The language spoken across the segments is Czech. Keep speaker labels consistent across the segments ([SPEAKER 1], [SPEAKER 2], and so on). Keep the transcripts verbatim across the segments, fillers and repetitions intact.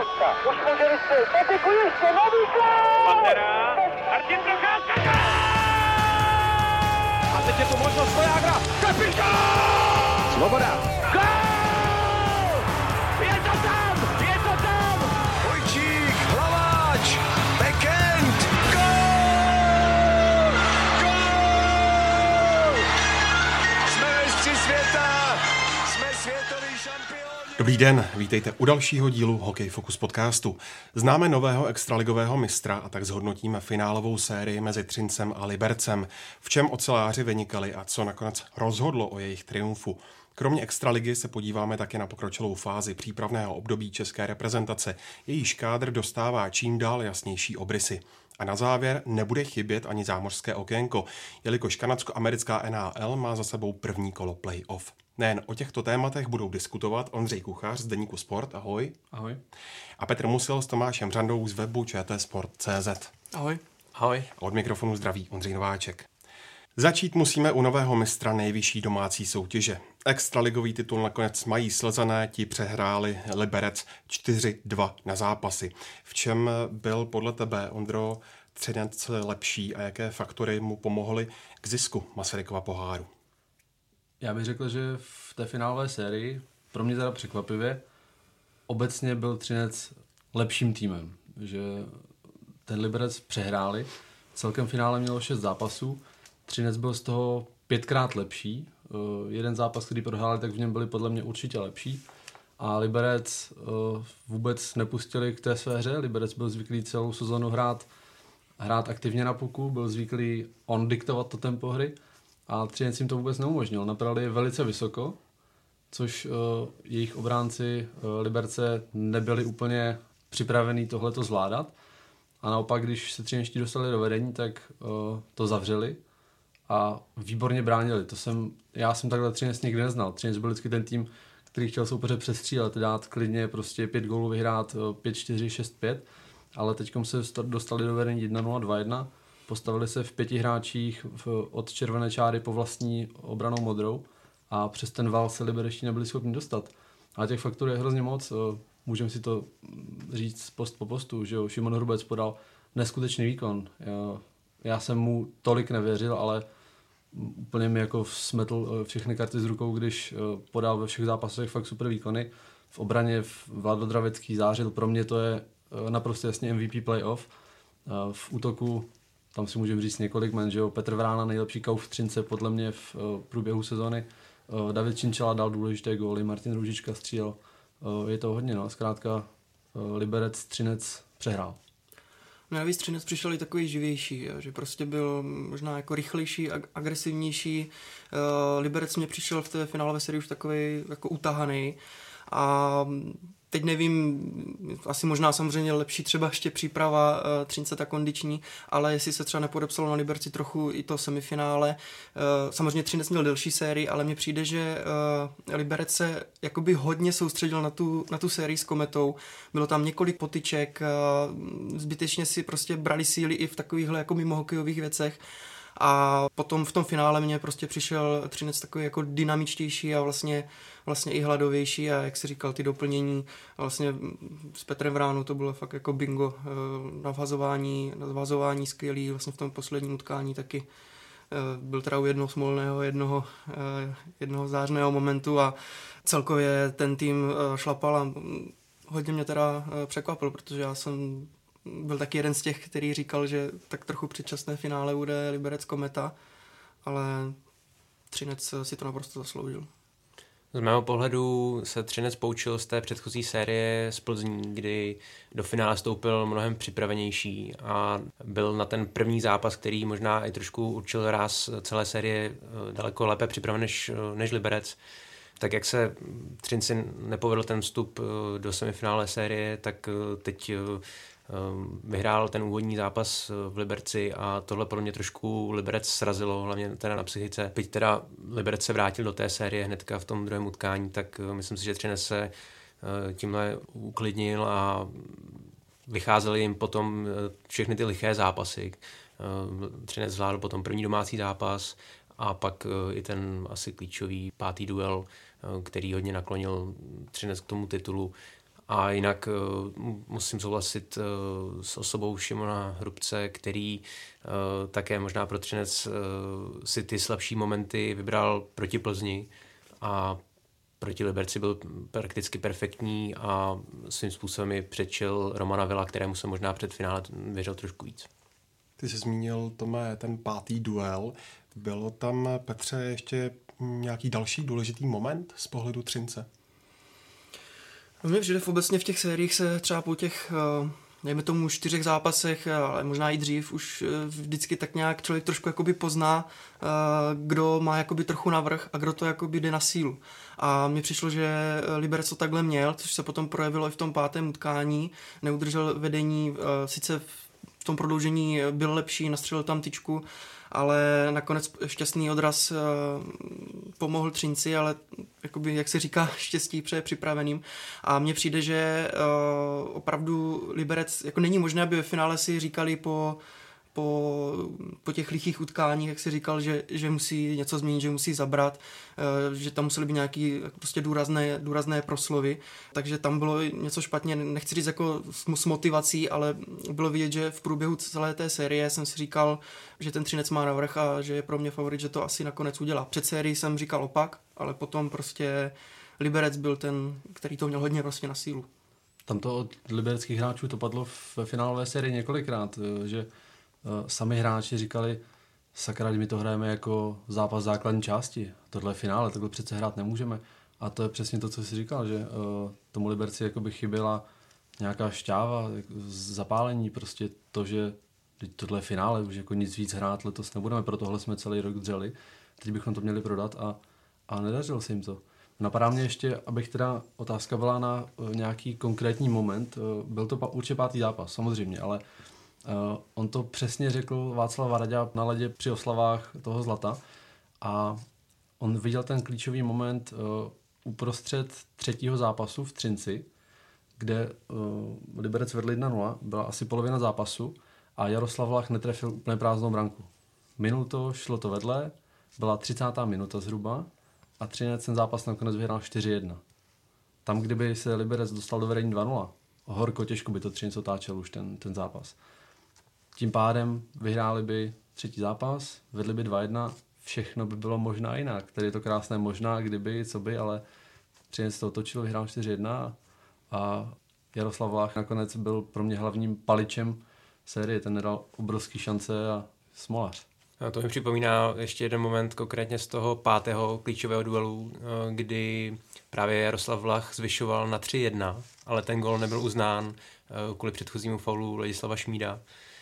[SPEAKER 1] Procházka. Už může vystřelit. Peteku ještě, nový gól!
[SPEAKER 2] Pantera. Martin Procházka. A teď je tu možnost Vojágra. Kapitán!
[SPEAKER 3] Svoboda.
[SPEAKER 2] Gól! Je to tam! Je to tam!
[SPEAKER 3] Vojčík, Hlaváč, Bekend, gól! Gól! Jsme mistři světa! Jsme světoví šampioni!
[SPEAKER 4] Dobrý den, vítejte u dalšího dílu Hokej Focus podcastu. Známe nového extraligového mistra a tak zhodnotíme finálovou sérii mezi Třincem a Libercem. V čem oceláři vynikali a co nakonec rozhodlo o jejich triumfu. Kromě extraligy se podíváme také na pokročilou fázi přípravného období české reprezentace. Jejíž kádr dostává čím dál jasnější obrysy. A na závěr nebude chybět ani zámořské okénko, jelikož kanadsko-americká N H L má za sebou první kolo playoff. Nejen o těchto tématech budou diskutovat Ondřej Kuchař z deníku Sport, ahoj.
[SPEAKER 5] Ahoj.
[SPEAKER 4] A Petr Musil s Tomášem Řandou z webu č t sport tečka cé zet.
[SPEAKER 5] Ahoj.
[SPEAKER 4] Ahoj. A od mikrofonu zdraví Ondřej Nováček. Začít musíme u nového mistra nejvyšší domácí soutěže. Extraligový titul nakonec mají Slzané, ti přehráli Liberec čtyři dva na zápasy. V čem byl podle tebe, Ondro, Třinec lepší a jaké faktory mu pomohly k zisku Masarykova poháru?
[SPEAKER 5] Já bych řekl, že v té finálové sérii, pro mě teda překvapivě, obecně byl Třinec lepším týmem. Že ten Liberec přehráli, celkem finále mělo šest zápasů, Třinec byl z toho pětkrát lepší, jeden zápas, který prohráli, tak v něm byli podle mě určitě lepší a Liberec vůbec nepustili k té své hře. Liberec byl zvyklý celou sezonu hrát, hrát aktivně na puku, byl zvyklý on diktovat to tempo hry a Třinec jim to vůbec neumožnil. Napadali je velice vysoko, což uh, jejich obránci uh, Liberce nebyli úplně připravení tohleto zvládat. A naopak, když se třinečtí dostali do vedení, tak uh, to zavřeli a výborně bránili. To jsem, já jsem takhle Třinec nikdy neznal. Třinec byl vždycky ten tým, který chtěl soupeře přestřílet, dát klidně prostě pět gólů vyhrát uh, pět čtyři, šest pět, ale teďkom se dostali do vedení jedna nula, dva jedna. Postavili se v pěti hráčích v, od červené čáry po vlastní obranou modrou a přes ten val se liberečtí nebyli schopni dostat. A těch faktorů je hrozně moc. Můžeme si to říct post po postu, že jo, Šimon Hrubec podal neskutečný výkon. Já, já jsem mu tolik nevěřil, ale úplně mi jako smetl všechny karty z rukou, když podal ve všech zápasech fakt super výkony. V obraně Vlado Dravecký zářil, pro mě to je naprosto jasně M V P playoff. V útoku tam si můžeme říct několik men, že jo, Petr Vrána, nejlepší kauf v Třince podle mě v uh, průběhu sezony, uh, David Činčala dal důležité góly, Martin Růžička střílel, uh, je to hodně, no, zkrátka uh, Liberec Třinec přehrál.
[SPEAKER 6] No navíc Třinec přišel i takový živější, jo, že prostě byl možná jako rychlejší, ag- agresivnější, uh, Liberec mě přišel v té finálové sérii už takový jako utahaný a teď nevím, asi možná samozřejmě lepší třeba ještě příprava uh, Třince ta kondiční, ale jestli se třeba nepodepsalo na Liberci trochu i to semifinále. Uh, samozřejmě Třinec měl delší sérii, ale mně přijde, že uh, Liberec se jakoby hodně soustředil na tu, na tu sérii s Kometou. Bylo tam několik potyček, uh, zbytečně si prostě brali síly i v takovýchhle jako mimo hokejových věcech. A potom v tom finále mě prostě přišel Třinec takový jako dynamičtější a vlastně, vlastně i hladovější a jak si říkal, ty doplnění vlastně s Petrem Vránou to bylo fakt jako bingo, navazování, navazování skvělý, vlastně v tom posledním utkání taky byl teda u jednoho smolného, jednoho, jednoho zářného momentu a celkově ten tým šlapal a hodně mě teda překvapil, protože já jsem byl taky jeden z těch, který říkal, že tak trochu předčasné finále bude Liberec Kometa, ale Třinec si to naprosto zasloužil.
[SPEAKER 7] Z mého pohledu se Třinec poučil z té předchozí série z Plzní, kdy do finále stoupil mnohem připravenější a byl na ten první zápas, který možná i trošku určil ráz celé série, daleko lépe připraven než, než Liberec. Tak jak se Třinci nepovedl ten vstup do semifinále série, tak teď vyhrál ten úvodní zápas v Liberci a tohle pro mě trošku Liberec srazilo, hlavně teda na psychice. Byť teda Liberec se vrátil do té série hnedka v tom druhém utkání, tak myslím si, že Třinec se tímhle uklidnil a vycházely jim potom všechny ty liché zápasy. Třinec zvládl potom první domácí zápas a pak i ten asi klíčový pátý duel, který hodně naklonil Třinec k tomu titulu. A jinak uh, musím souhlasit uh, s osobou Šimona Hrubce, který uh, také možná pro Třinec uh, si ty slabší momenty vybral proti Plzni a proti Liberci byl prakticky perfektní a svým způsobem i předčil Romana Vila, kterému se možná před finále věřil trošku víc.
[SPEAKER 4] Ty jsi zmínil, Tome, ten pátý duel. Bylo tam, Petře, ještě nějaký další důležitý moment z pohledu Třince?
[SPEAKER 6] Mně přijde obecně v těch sériích se třeba po těch, dejme tomu, čtyřech zápasech, ale možná i dřív, už vždycky tak nějak člověk trošku jakoby pozná, kdo má jakoby trochu navrch a kdo to jakoby jde na sílu. A mně přišlo, že Liberec to takhle měl, což se potom projevilo i v tom pátém utkání. Neudržel vedení, sice v tom prodloužení byl lepší, nastřelil tam tyčku, ale nakonec šťastný odraz uh, pomohl Třinci, ale jakoby, jak se říká, štěstí přeje připraveným. A mně přijde, že uh, opravdu Liberec, jako není možné, aby ve finále si říkali po, po, po těch lichých utkáních, jak si říkal, že, že musí něco změnit, že musí zabrat, uh, že tam musely být nějaké prostě důrazné, důrazné proslovy, takže tam bylo něco špatně, nechci říct jako s, s motivací, ale bylo vidět, že v průběhu celé té série jsem si říkal, že ten Třinec má navrch a že je pro mě favorit, že to asi nakonec udělá. Před sérii jsem říkal opak, ale potom prostě Liberec byl ten, který to měl hodně prostě na sílu.
[SPEAKER 5] Tam to od libereckých hráčů to padlo ve finálové sérii několikrát, že sami hráči říkali, sakra, my to hrajeme jako zápas základní části, tohle je finále, takhle přece hrát nemůžeme. A to je přesně to, co jsi říkal, že uh, tomu Liberci jakoby chyběla nějaká šťáva, zapálení, prostě to, že tohle je finále, už jako nic víc hrát letos nebudeme, pro tohle jsme celý rok dřeli, teď bychom to měli prodat a, a nedařilo se jim to. Napadá mě ještě, abych teda, otázka byla na uh, nějaký konkrétní moment, uh, byl to pa, určitě pátý zápas, samozřejmě, ale Uh, on to přesně řekl Václav Varaďa na ledě při oslavách toho zlata a on viděl ten klíčový moment uh, uprostřed třetího zápasu v Třinci, kde uh, Liberec vedl jedna nula, byla asi polovina zápasu a Jaroslav Vlach netrefil úplně prázdnou branku. Minul to, šlo to vedle, byla třicátá minuta zhruba a Třinec ten zápas nakonec vyhrál čtyři jedna. Tam, kdyby se Liberec dostal do vedení dva nula, horko těžko by to Třinec otáčel už ten, ten zápas. Tím pádem vyhráli by třetí zápas, vedli by dva jedna, všechno by bylo možná jinak. Tady je to krásné možná, kdyby, co by, ale Třinec to otočil, vyhrál čtyři jedna a Jaroslav Vlach nakonec byl pro mě hlavním paličem série. Ten nedal obrovský šance a smolař.
[SPEAKER 7] A to mi připomíná ještě jeden moment, konkrétně z toho pátého klíčového duelu, kdy právě Jaroslav Vlach zvyšoval na tři jedna, ale ten gól nebyl uznán kvůli předchozímu faulu Ladislava Šmída.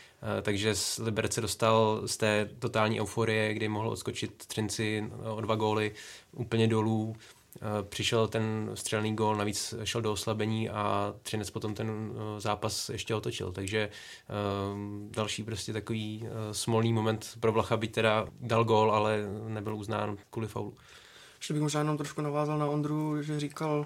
[SPEAKER 7] Takže Liberec se dostal z té totální euforie, kdy mohl odskočit Třinci o dva góly úplně dolů. Přišel ten střelný gól, navíc šel do oslabení a Třinec potom ten zápas ještě otočil. Takže další prostě takový smolný moment pro Vlacha, byť teda dal gól, ale nebyl uznán kvůli faulu.
[SPEAKER 6] Ještě bych možná jenom trošku navázal na Ondru, že říkal,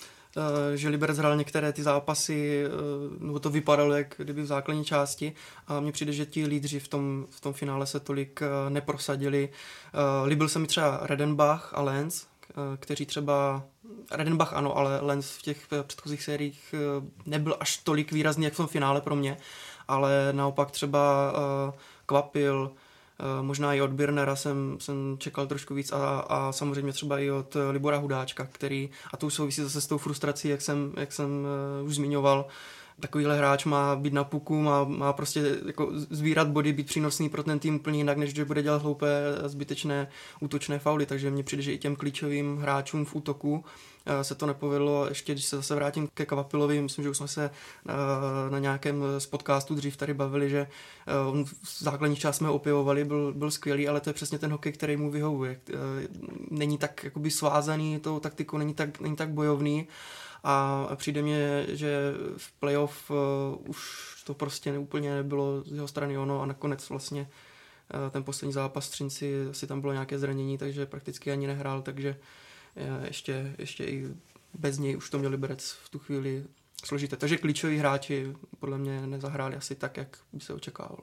[SPEAKER 6] že Liberec hrál některé ty zápasy, nebo to vypadalo jak kdyby v základní části a mně přijde, že ti lídři v tom, v tom finále se tolik neprosadili. Líbil se mi třeba Redenbach a Lenz, kteří třeba, Redenbach ano, ale Lenz v těch předchozích sériích nebyl až tolik výrazný, jak v tom finále pro mě, ale naopak třeba Kvapil, možná i od Birnera jsem, jsem čekal trošku víc a, a samozřejmě třeba i od Libora Hudáčka, který, a to už souvisí zase s tou frustrací, jak jsem, jak jsem uh, už zmiňoval, takovýhle hráč má být na puku, má, má prostě jako sbírat body, být přínosný pro ten tým úplně jinak, než že bude dělat hloupé zbytečné útočné fauly, takže mně přijde, že i těm klíčovým hráčům v útoku se to nepovedlo. Ještě když se zase vrátím ke Kvapilovi, myslím, že už jsme se na nějakém z podcastu dřív tady bavili, že on v základní část jsme ho opěvovali, byl, byl skvělý, ale to je přesně ten hokej, který mu vyhovuje. Není tak jakoby svázaný tou taktikou, není tak, není tak bojovný a přijde mně, že v playoff už to prostě úplně nebylo z jeho strany ono a nakonec vlastně ten poslední zápas Třinci, asi tam bylo nějaké zranění, takže prakticky ani nehrál, takže ještě, ještě i bez něj už to měl Liberec v tu chvíli složité. Takže klíčoví hráči podle mě nezahráli asi tak, jak by se očekávalo.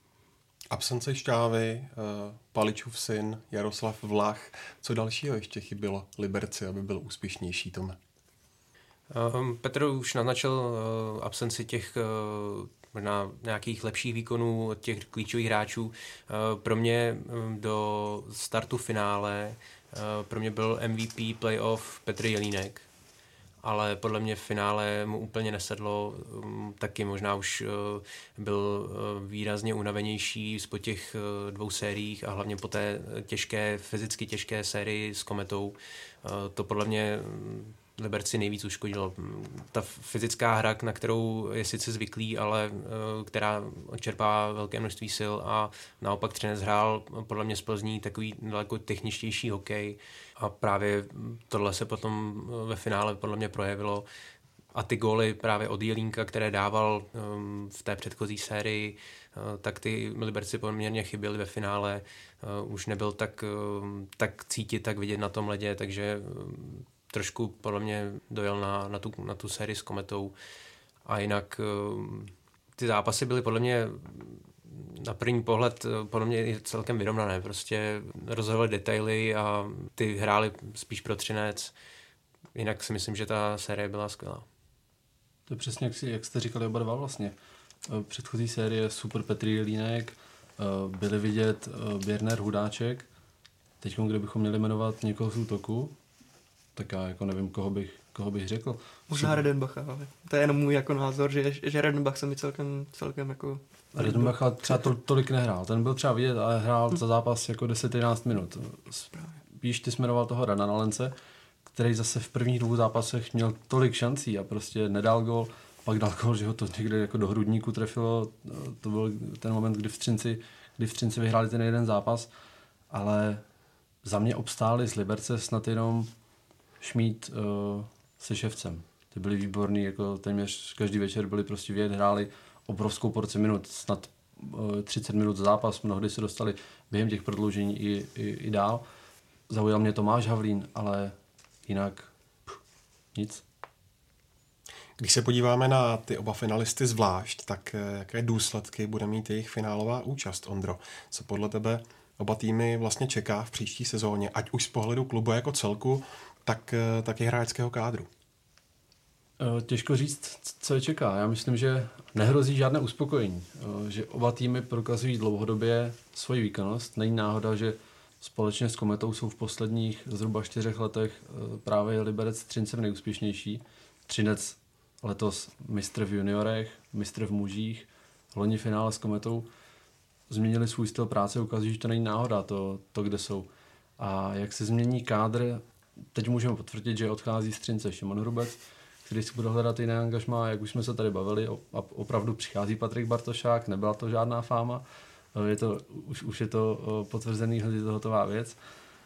[SPEAKER 4] Absence Šťávy, Paličův syn, Jaroslav Vlach. Co dalšího ještě chybělo Liberci, aby byl úspěšnější, Tome?
[SPEAKER 7] Um, Petr už naznačil uh, absenci těch uh, možná nějakých lepších výkonů od těch klíčových hráčů. Uh, pro mě um, do startu finále uh, pro mě byl M V P playoff Petr Jelínek, ale podle mě v finále mu úplně nesedlo, um, taky možná už uh, byl uh, výrazně unavenější po těch uh, dvou sériích a hlavně po té těžké, fyzicky těžké sérii s Kometou. Uh, to podle mě um, Liberci nejvíc uškodilo. Ta fyzická hra, na kterou je sice zvyklý, ale uh, která odčerpá velké množství sil a naopak Třinec hrál podle mě z Plzní takový daleko techničtější hokej a právě tohle se potom ve finále podle mě projevilo. A ty góly právě od Jelínka, které dával um, v té předchozí sérii, uh, tak ty Liberci poměrně chyběly ve finále. Uh, už nebyl tak, uh, tak cítit, tak vidět na tom ledě, takže uh, trošku podle mě dojel na, na, tu, na tu sérii s Kometou. A jinak uh, ty zápasy byly podle mě na první pohled podle mě celkem vyrovnané. Prostě rozhodovaly detaily a ty hráli spíš pro Třinec. Jinak si myslím, že ta série byla skvělá.
[SPEAKER 5] To je přesně, jak, si, jak jste říkali oba dva vlastně. Předchozí série super Petr Jelínek, byli vidět Běrner, Hudáček. Teď, kdybychom měli jmenovat někoho z útoku, tak já jako nevím, koho bych, koho bych řekl.
[SPEAKER 6] Možná Redenbacha, ale to je jenom můj jako názor, že, že Redenbach se mi celkem, celkem jako...
[SPEAKER 5] Redenbacha třeba to, tolik nehrál. Ten byl třeba vidět, ale hrál hmm. za zápas jako deset jedenáct minut. Spíš ty jmenoval toho Radana Lence, který zase v prvních dvou zápasech měl tolik šancí a prostě nedal gol, pak dal gol, že ho to někde jako do hrudníku trefilo. To byl ten moment, kdy v Třinci, kdy v Třinci vyhráli ten jeden zápas, ale za mě obstáli z Liberce snad jenom Šmíd uh, se Ševcem. Ty byli výborní, jako téměř každý večer byli prostě vidět, hráli obrovskou porci minut, snad uh, třicet minut za zápas, mnohdy se dostali během těch prodloužení i, i, i dál. Zaujal mě Tomáš Havlín, ale jinak pff, nic.
[SPEAKER 4] Když se podíváme na ty oba finalisty zvlášť, tak jaké důsledky bude mít jejich finálová účast, Ondro? Co podle tebe oba týmy vlastně čeká v příští sezóně, ať už z pohledu klubu jako celku, tak, tak i hráčského kádru?
[SPEAKER 5] Těžko říct, co je čeká. Já myslím, že nehrozí žádné uspokojení. Že oba týmy prokazují dlouhodobě svoji výkonnost. Není náhoda, že společně s Kometou jsou v posledních zhruba čtyřech letech právě Liberec s Třincem nejúspěšnější. Třinec letos mistr v juniorech, mistr v mužích, loni finále s Kometou. Změnili svůj styl práce, ukazují, že to není náhoda, to, to kde jsou. A jak se změní kádr, teď můžeme potvrdit, že odchází z Třince Šimon Hrubec, který si bude hledat jiné angažmá, jak už jsme se tady bavili, a opravdu přichází Patrik Bartošák, nebyla to žádná fáma, je to, už, už je to potvrzený, je to hotová věc.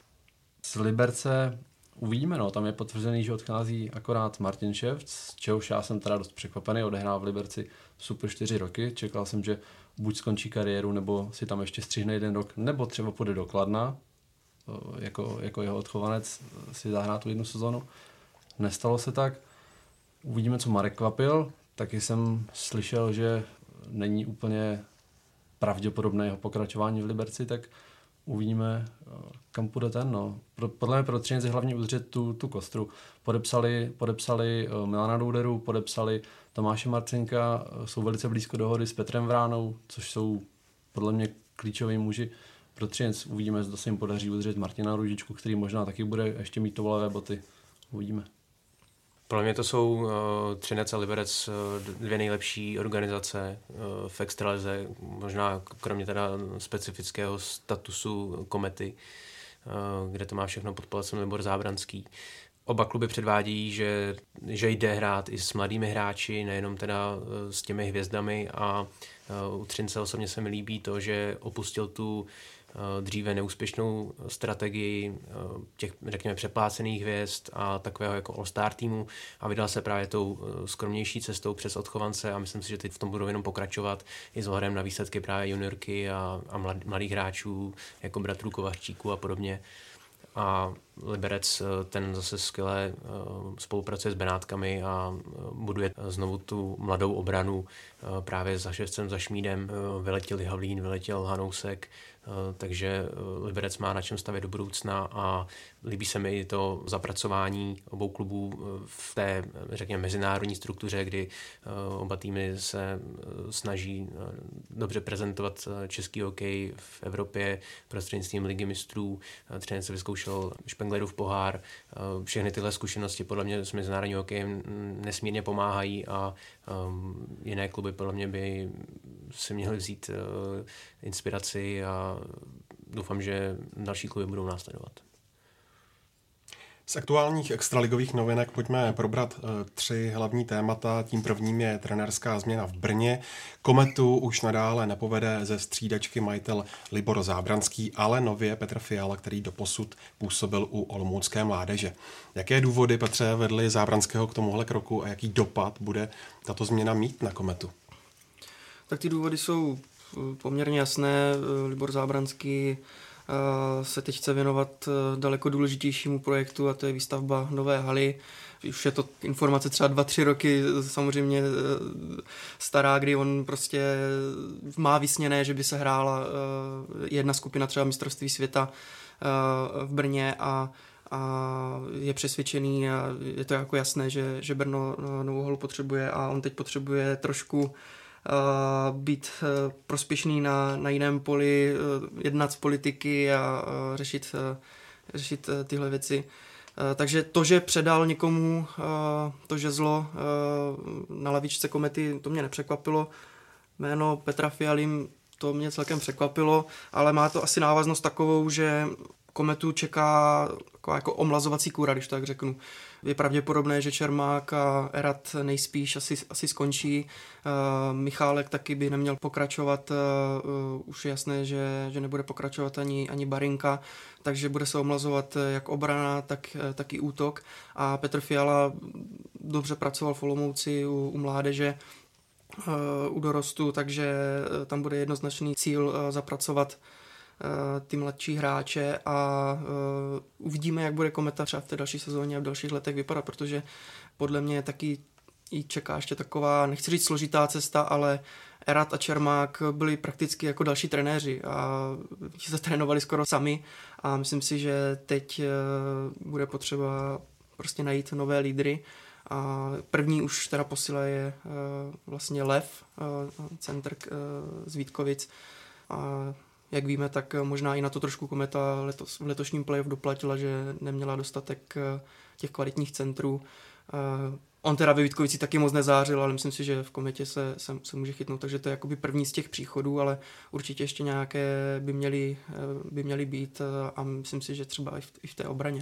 [SPEAKER 5] Z Liberce uvidíme, no, tam je potvrzený, že odchází akorát Martin Ševc, z čehož já jsem teda dost překvapený, odehrál v Liberci super čtyři roky, čekal jsem, že buď skončí kariéru, nebo si tam ještě střihne jeden rok, nebo třeba půjde do Kladna, jako, jako jeho odchovanec si zahrá tu jednu sezonu. Nestalo se tak. Uvidíme, co Marek Kvapil. Taky jsem slyšel, že není úplně pravděpodobné jeho pokračování v Liberci, tak uvidíme, kam půjde ten. No. Podle mě pro Třinec je hlavně udržet tu, tu kostru. Podepsali, podepsali Milana Douderu, podepsali Tomáše Marcinka, jsou velice blízko dohody s Petrem Vránou, což jsou podle mě klíčoví muži pro Třinec. Uvidíme, zda se jim podaří udržet Martina Růžičku, který možná taky bude ještě mít tovolavé boty. Uvidíme.
[SPEAKER 7] Podle mě to jsou uh, Třinec a Liberec uh, dvě nejlepší organizace uh, v extralize, možná kromě teda specifického statusu Komety, uh, kde to má všechno pod palcem Libor Zábranský. Oba kluby předvádí, že, že jde hrát i s mladými hráči, nejenom teda uh, s těmi hvězdami a uh, u Třince osobně se mi líbí to, že opustil tu dříve neúspěšnou strategii těch, řekněme, přeplácených hvězd a takového jako all-star týmu a vydal se právě tou skromnější cestou přes odchovance a myslím si, že teď v tom budou jenom pokračovat i s ohledem na výsledky právě juniorky a, a mlad, mladých hráčů jako bratrů Kovařčíků a podobně. A Liberec ten zase skvěle spolupracuje s Benátkami a buduje znovu tu mladou obranu. Právě za Ševcem, za Šmídem vyletěl Havlín, vyletěl Hanousek, takže Liberec má na čem stavět do budoucna a líbí se mi i to zapracování obou klubů v té, řekněme, mezinárodní struktuře, kdy oba týmy se snaží dobře prezentovat český hokej v Evropě prostřednictvím Ligy mistrů. Třinec se vyzkoušel Špenglerův pohár. Všechny tyhle zkušenosti podle mě s mezinárodním hokejem nesmírně pomáhají a jiné kluby podle mě by si měly vzít inspiraci a doufám, že další kluby budou následovat.
[SPEAKER 4] Z aktuálních extraligových novinek pojďme probrat uh, tři hlavní témata. Tím prvním je trenérská změna v Brně. Kometu už nadále nepovede ze střídačky majitel Libor Zábranský, ale nově Petr Fiala, který doposud působil u olomoucké mládeže. Jaké důvody, Petře, vedly Zábranského k tomuhle kroku a jaký dopad bude tato změna mít na Kometu?
[SPEAKER 6] Tak ty důvody jsou poměrně jasné. Libor Zábranský se teď chce věnovat daleko důležitějšímu projektu a to je výstavba nové haly. Už je to informace třeba dva, tři roky samozřejmě stará, kdy on prostě má vysněné, že by se hrála jedna skupina třeba mistrovství světa v Brně a a je přesvědčený a je to jako jasné, že, že Brno novou halu potřebuje a on teď potřebuje trošku Uh, být uh, prospěšný na, na jiném poli, uh, jednat z politiky a uh, řešit, uh, řešit uh, tyhle věci. Uh, takže to, že předal někomu uh, to žezlo uh, na lavičce Komety, to mě nepřekvapilo. Jméno Petra Fialy, to mě celkem překvapilo, ale má to asi návaznost takovou, že Kometu čeká jako omlazovací kůra, když tak řeknu. Je pravděpodobné, že Čermák a Erat nejspíš asi, asi skončí. Uh, Michálek taky by neměl pokračovat. Uh, už je jasné, že, že nebude pokračovat ani, ani Barinka, takže bude se omlazovat jak obrana, tak, tak i útok. A Petr Fiala dobře pracoval v Olomouci u, u mládeže, uh, u dorostu, takže tam bude jednoznačný cíl uh, zapracovat ty mladší hráče a uh, uvidíme, jak bude Kometa třeba v té další sezóně a v dalších letech vypadat, protože podle mě taky i čeká ještě taková, nechci říct složitá cesta, ale Erat a Čermák byli prakticky jako další trenéři a ti se trénovali skoro sami a myslím si, že teď uh, bude potřeba prostě najít nové lídry a první už teda posila je uh, vlastně Lev, uh, center uh, z Vítkovic a jak víme, tak možná i na to trošku Kometa letos, v letošním playoff doplatila, že neměla dostatek těch kvalitních centrů. On teda ve Vítkovici taky moc nezářil, ale myslím si, že v Kometě se, se, se může chytnout, takže to je jakoby první z těch příchodů, ale určitě ještě nějaké by měly, by měly být a myslím si, že třeba i v, i v té obraně.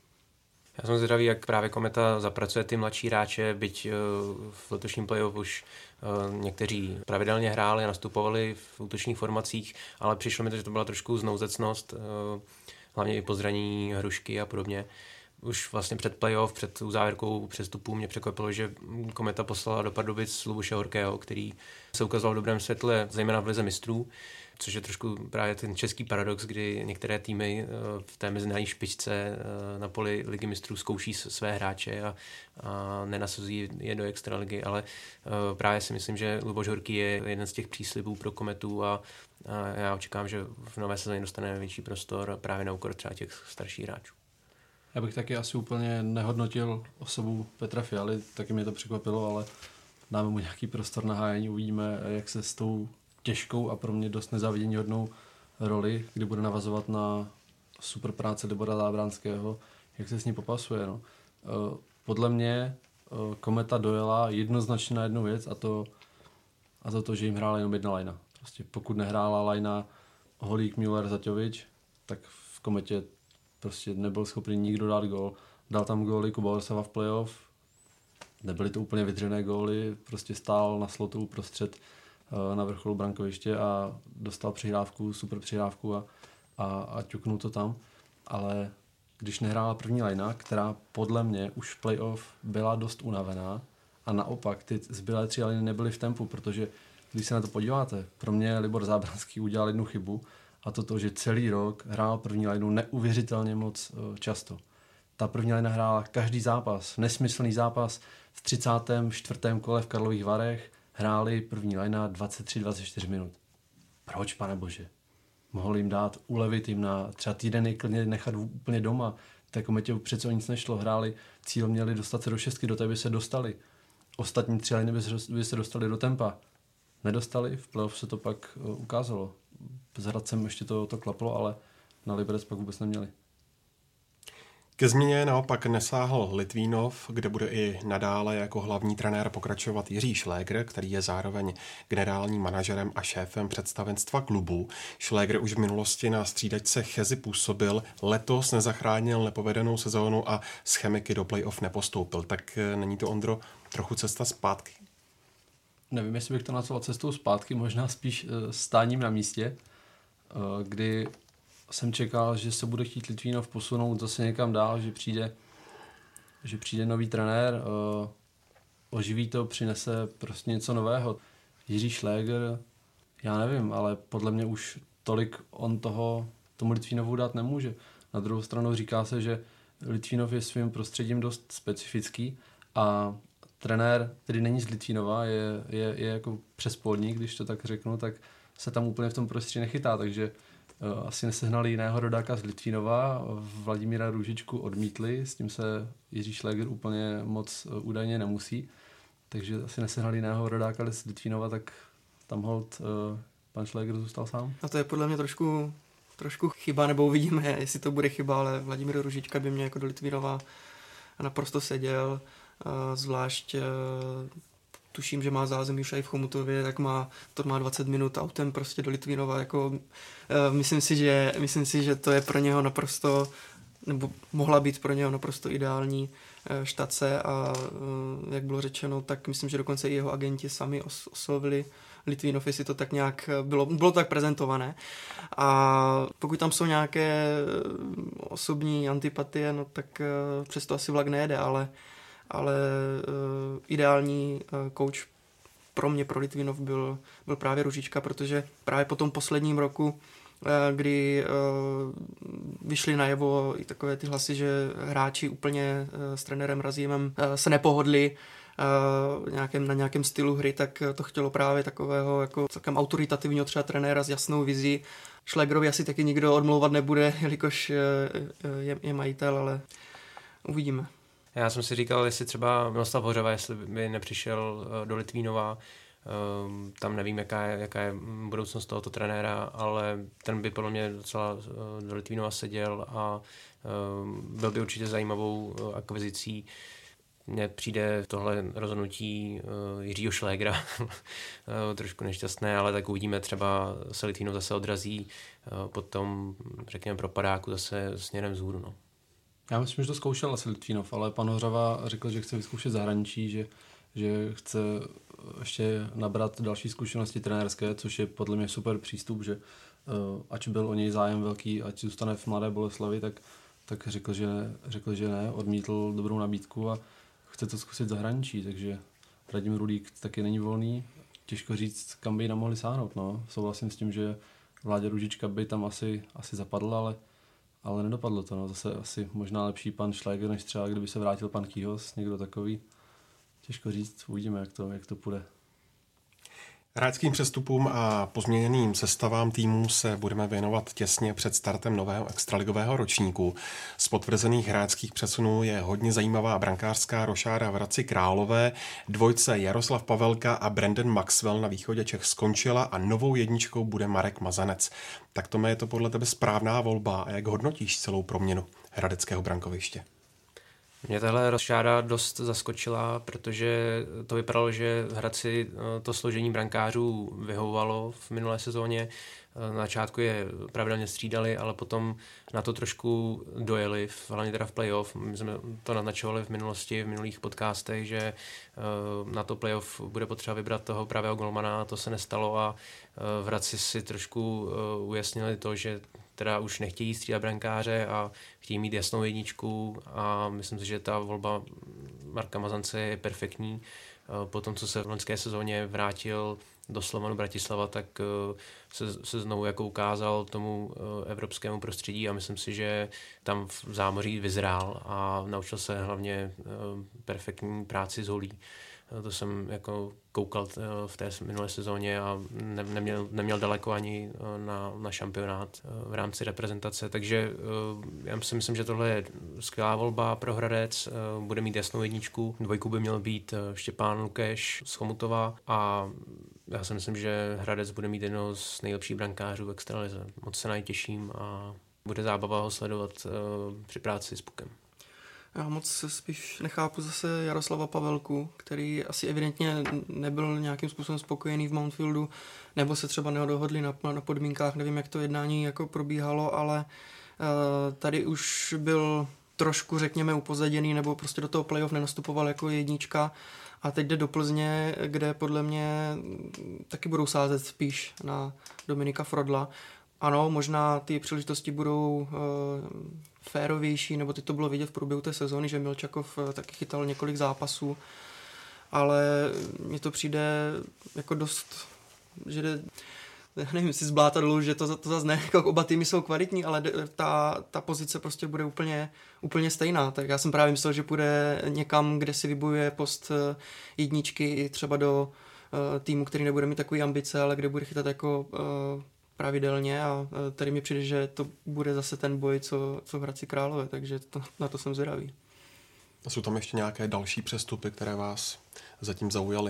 [SPEAKER 7] Já jsem zvědavý, jak právě Kometa zapracuje ty mladší hráče, byť v letošním playoff už někteří pravidelně hráli a nastupovali v útočních formacích, ale přišlo mi to, že to byla trošku znouzecnost, hlavně i po zranění Hrušky a podobně. Už vlastně před playoff, před uzávěrkou přestupů mě překvapilo, že Kometa poslala do Pardubic Luboše Horkého, který se ukazoval v dobrém světle, zejména v lize mistrů, což je trošku právě ten český paradox, kdy některé týmy v té mezinárodní špičce na poli ligy mistrů zkouší své hráče a, a nenasazují je do extraligy, ale právě si myslím, že Luboš Horký je jeden z těch příslibů pro Kometu a, a já očekám, že v nové sezóně dostaneme větší prostor právě na úkor třeba těch starších hráčů.
[SPEAKER 5] Já bych taky asi úplně nehodnotil osobu Petra Fialy, taky mě to překvapilo, ale dáme mu nějaký prostor na hájení, uvidíme, jak se s tou těžkou a pro mě dost nezáviděníhodnou roli, kdy bude navazovat na super práce Libora Zábranského, jak se s ní popasuje. No. Podle mě Kometa dojela jednoznačně na jednu věc a to, a to, to že jim hrála jenom jedna lajna. Prostě pokud nehrála lajna Holík, Müller, Zaťovič, tak v Kometě prostě nebyl schopný nikdo dát gól. Dal tam góly Kuba Orsava v playoff, nebyly to úplně vydřené góly, prostě stál na slotu uprostřed na vrcholu brankoviště a dostal přihrávku, super přihrávku a, a, a ťuknul to tam. Ale když nehrála první lajna, která podle mě už v playoff byla dost unavená a naopak ty zbylé tři lajny nebyly v tempu, protože když se na to podíváte, pro mě Libor Zábranský udělal jednu chybu a to to, že celý rok hrál první lineu neuvěřitelně moc často. Ta první linea hrála každý zápas, nesmyslný zápas v třicátém čtvrtém kole v Karlových Varech hráli první linea dvacet tři dvacet čtyři minut. Proč, pane bože? Mohl jim dát, ulevit jim na třeba týden je klidně nechat úplně doma. Tak Kometě přece o nic nešlo. Hráli, cíl měli dostat se do šestky, do té by se dostali. Ostatní tři liny by se, by se dostali do tempa. Nedostali, v playoff se to pak uh, ukázalo. S Hradcem ještě to, to klaplo, ale na Liberec pak vůbec neměli.
[SPEAKER 4] Ke změně naopak nesáhl Litvínov, kde bude i nadále jako hlavní trenér pokračovat Jiří Šlégr, který je zároveň generálním manažerem a šéfem představenstva klubu. Šlégr už v minulosti na střídačce Chezy působil, letos nezachránil nepovedenou sezónu a z Chemiky do playoff nepostoupil. Tak není to, Ondro, trochu cesta zpátky?
[SPEAKER 5] Nevím, jestli bych to nazval cestou zpátky, možná spíš stáním na místě, kdy jsem čekal, že se bude chtít Litvínov posunout zase někam dál, že přijde, že přijde nový trenér, uh, oživí to, přinese prostě něco nového. Jiří Šlégr, já nevím, ale podle mě už tolik on toho tomu Litvínovu dát nemůže. Na druhou stranu říká se, že Litvínov je svým prostředím dost specifický a trenér, který není z Litvínova, je, je, je jako přespodník, když to tak řeknu, tak se tam úplně v tom prostředí nechytá, takže asi nesehnali jiného rodáka z Litvínova, Vladimíra Růžičku odmítli, s tím se Jiří Šlégr úplně moc údajně nemusí, takže asi nesehnali jiného rodáka z Litvínova, tak tam holt uh, pan Šlégr zůstal sám. A
[SPEAKER 6] to je podle mě trošku, trošku chyba, nebo uvidíme, jestli to bude chyba, ale Vladimír Růžička by mě jako do Litvínova naprosto seděl, uh, zvlášť uh, tuším, že má zázemí už i v Chomutově, tak má, to má dvacet minut autem prostě do Litvínova, jako uh, myslím si, že, myslím si, že to je pro něho naprosto, nebo mohla být pro něho naprosto ideální uh, štace a uh, jak bylo řečeno, tak myslím, že dokonce i jeho agenti sami os- oslovili Litvínov, jestli to tak nějak bylo, bylo tak prezentované. A pokud tam jsou nějaké osobní antipatie, no tak uh, přesto asi vlak nejede, ale ale uh, ideální uh, coach pro mě, pro Litvínov byl, byl právě Růžička, protože právě po tom posledním roku, uh, kdy uh, vyšly najevo i takové ty hlasy, že hráči úplně uh, s trenérem Razímem uh, se nepohodli uh, nějakém, na nějakém stylu hry, tak to chtělo právě takového jako celkem autoritativního třeba trenéra s jasnou vizí. Šlégrovi asi taky nikdo odmlouvat nebude, jelikož uh, je, je majitel, ale uvidíme.
[SPEAKER 7] Já jsem si říkal, jestli třeba Miloslav Hořava, jestli by nepřišel do Litvínova, tam nevím, jaká je, jaká je budoucnost tohoto trenéra, ale ten by podle mě docela do Litvínova seděl a byl by určitě zajímavou akvizicí. Mně přijde tohle rozhodnutí Jiřího Šlégra trošku nešťastné, ale tak uvidíme, třeba se Litvínov zase odrazí potom, řekněme, propadáku zase směrem vzhůru. No.
[SPEAKER 5] Já myslím, že to zkoušel asi Litvínov, ale pan Hořava řekl, že chce vyzkoušet zahraničí, že, že chce ještě nabrat další zkušenosti trenérské, což je podle mě super přístup, že uh, ač byl o něj zájem velký, ať zůstane v Mladé Boleslavi, tak, tak řekl, že, řekl, že ne, odmítl dobrou nabídku a chce to zkusit zahraničí, takže Radim Rulík taky není volný, těžko říct, kam by ji nemohli sáhnout. No. Souhlasím s tím, že Vláďa Růžička by tam asi, asi zapadl, ale Ale nedopadlo to, no. Zase asi možná lepší pan Šlégr, než třeba kdyby se vrátil pan Kýhos, někdo takový. Těžko říct, uvidíme, jak to, jak to půjde.
[SPEAKER 4] Hráčským přestupům a pozměněným sestavám týmů se budeme věnovat těsně před startem nového extraligového ročníku. Z potvrzených hráčských přesunů je hodně zajímavá brankářská rošáda v Hradci Králové. Dvojce Jaroslav Pavelka a Brandon Maxwell na východě Čech skončila a novou jedničkou bude Marek Mazanec. Tak to je to podle tebe správná volba a jak hodnotíš celou proměnu hradeckého brankoviště?
[SPEAKER 7] Mě tahle rozšáda dost zaskočila, protože to vypadalo, že Hradci to složení brankářů vyhovovalo v minulé sezóně. Na začátku je pravidelně střídali, ale potom na to trošku dojeli, hlavně teda v playoff. My jsme to naznačovali v minulosti, v minulých podcastech, že na to playoff bude potřeba vybrat toho pravého golmana, to se nestalo a v Hradci si trošku ujasnili to, že teda už nechtějí střídat brankáře a chtějí mít jasnou jedničku a myslím si, že ta volba Marka Mazance je perfektní. Po tom, co se v loňské sezóně vrátil do Slovanu Bratislava, tak se, se znovu jako ukázal tomu evropskému prostředí a myslím si, že tam v zámoří vyzrál a naučil se hlavně perfektní práci s holí. To jsem jako koukal v té minulé sezóně a ne, neměl, neměl daleko ani na, na šampionát v rámci reprezentace, takže já si myslím, že tohle je skvělá volba pro Hradec, bude mít jasnou jedničku, dvojku by měl být Štěpán Lukeš z Chomutova a já si myslím, že Hradec bude mít jednoho z nejlepších brankářů v extralize. Moc se na něj těším a bude zábava ho sledovat při práci s pukem.
[SPEAKER 6] Já moc spíš nechápu zase Jaroslava Pavelku, který asi evidentně nebyl nějakým způsobem spokojený v Mountfieldu, nebo se třeba nedohodli na, na podmínkách, nevím, jak to jednání jako probíhalo, ale uh, tady už byl trošku, řekněme, upozaděný, nebo prostě do toho playoff nenastupoval jako jednička a teď jde do Plzně, kde podle mě taky budou sázet spíš na Dominika Frodla. Ano, možná ty příležitosti budou uh, férovější, nebo teď to bylo vidět v průběhu té sezóny, že Milčakov uh, taky chytal několik zápasů, ale mně to přijde jako dost, že jde, nevím, si zbláta dolů, že to, to zase ne, jako oba týmy jsou kvalitní, ale ta, ta pozice prostě bude úplně, úplně stejná. Tak já jsem právě myslel, že půjde někam, kde si vybojuje post jedničky i třeba do uh, týmu, který nebude mít takový ambice, ale kde bude chytat jako uh, pravidelně a tady mi přijde, že to bude zase ten boj, co, co v Hradci Králové, takže to, na to jsem zvědavý.
[SPEAKER 4] A jsou tam ještě nějaké další přestupy, které vás zatím zaujaly?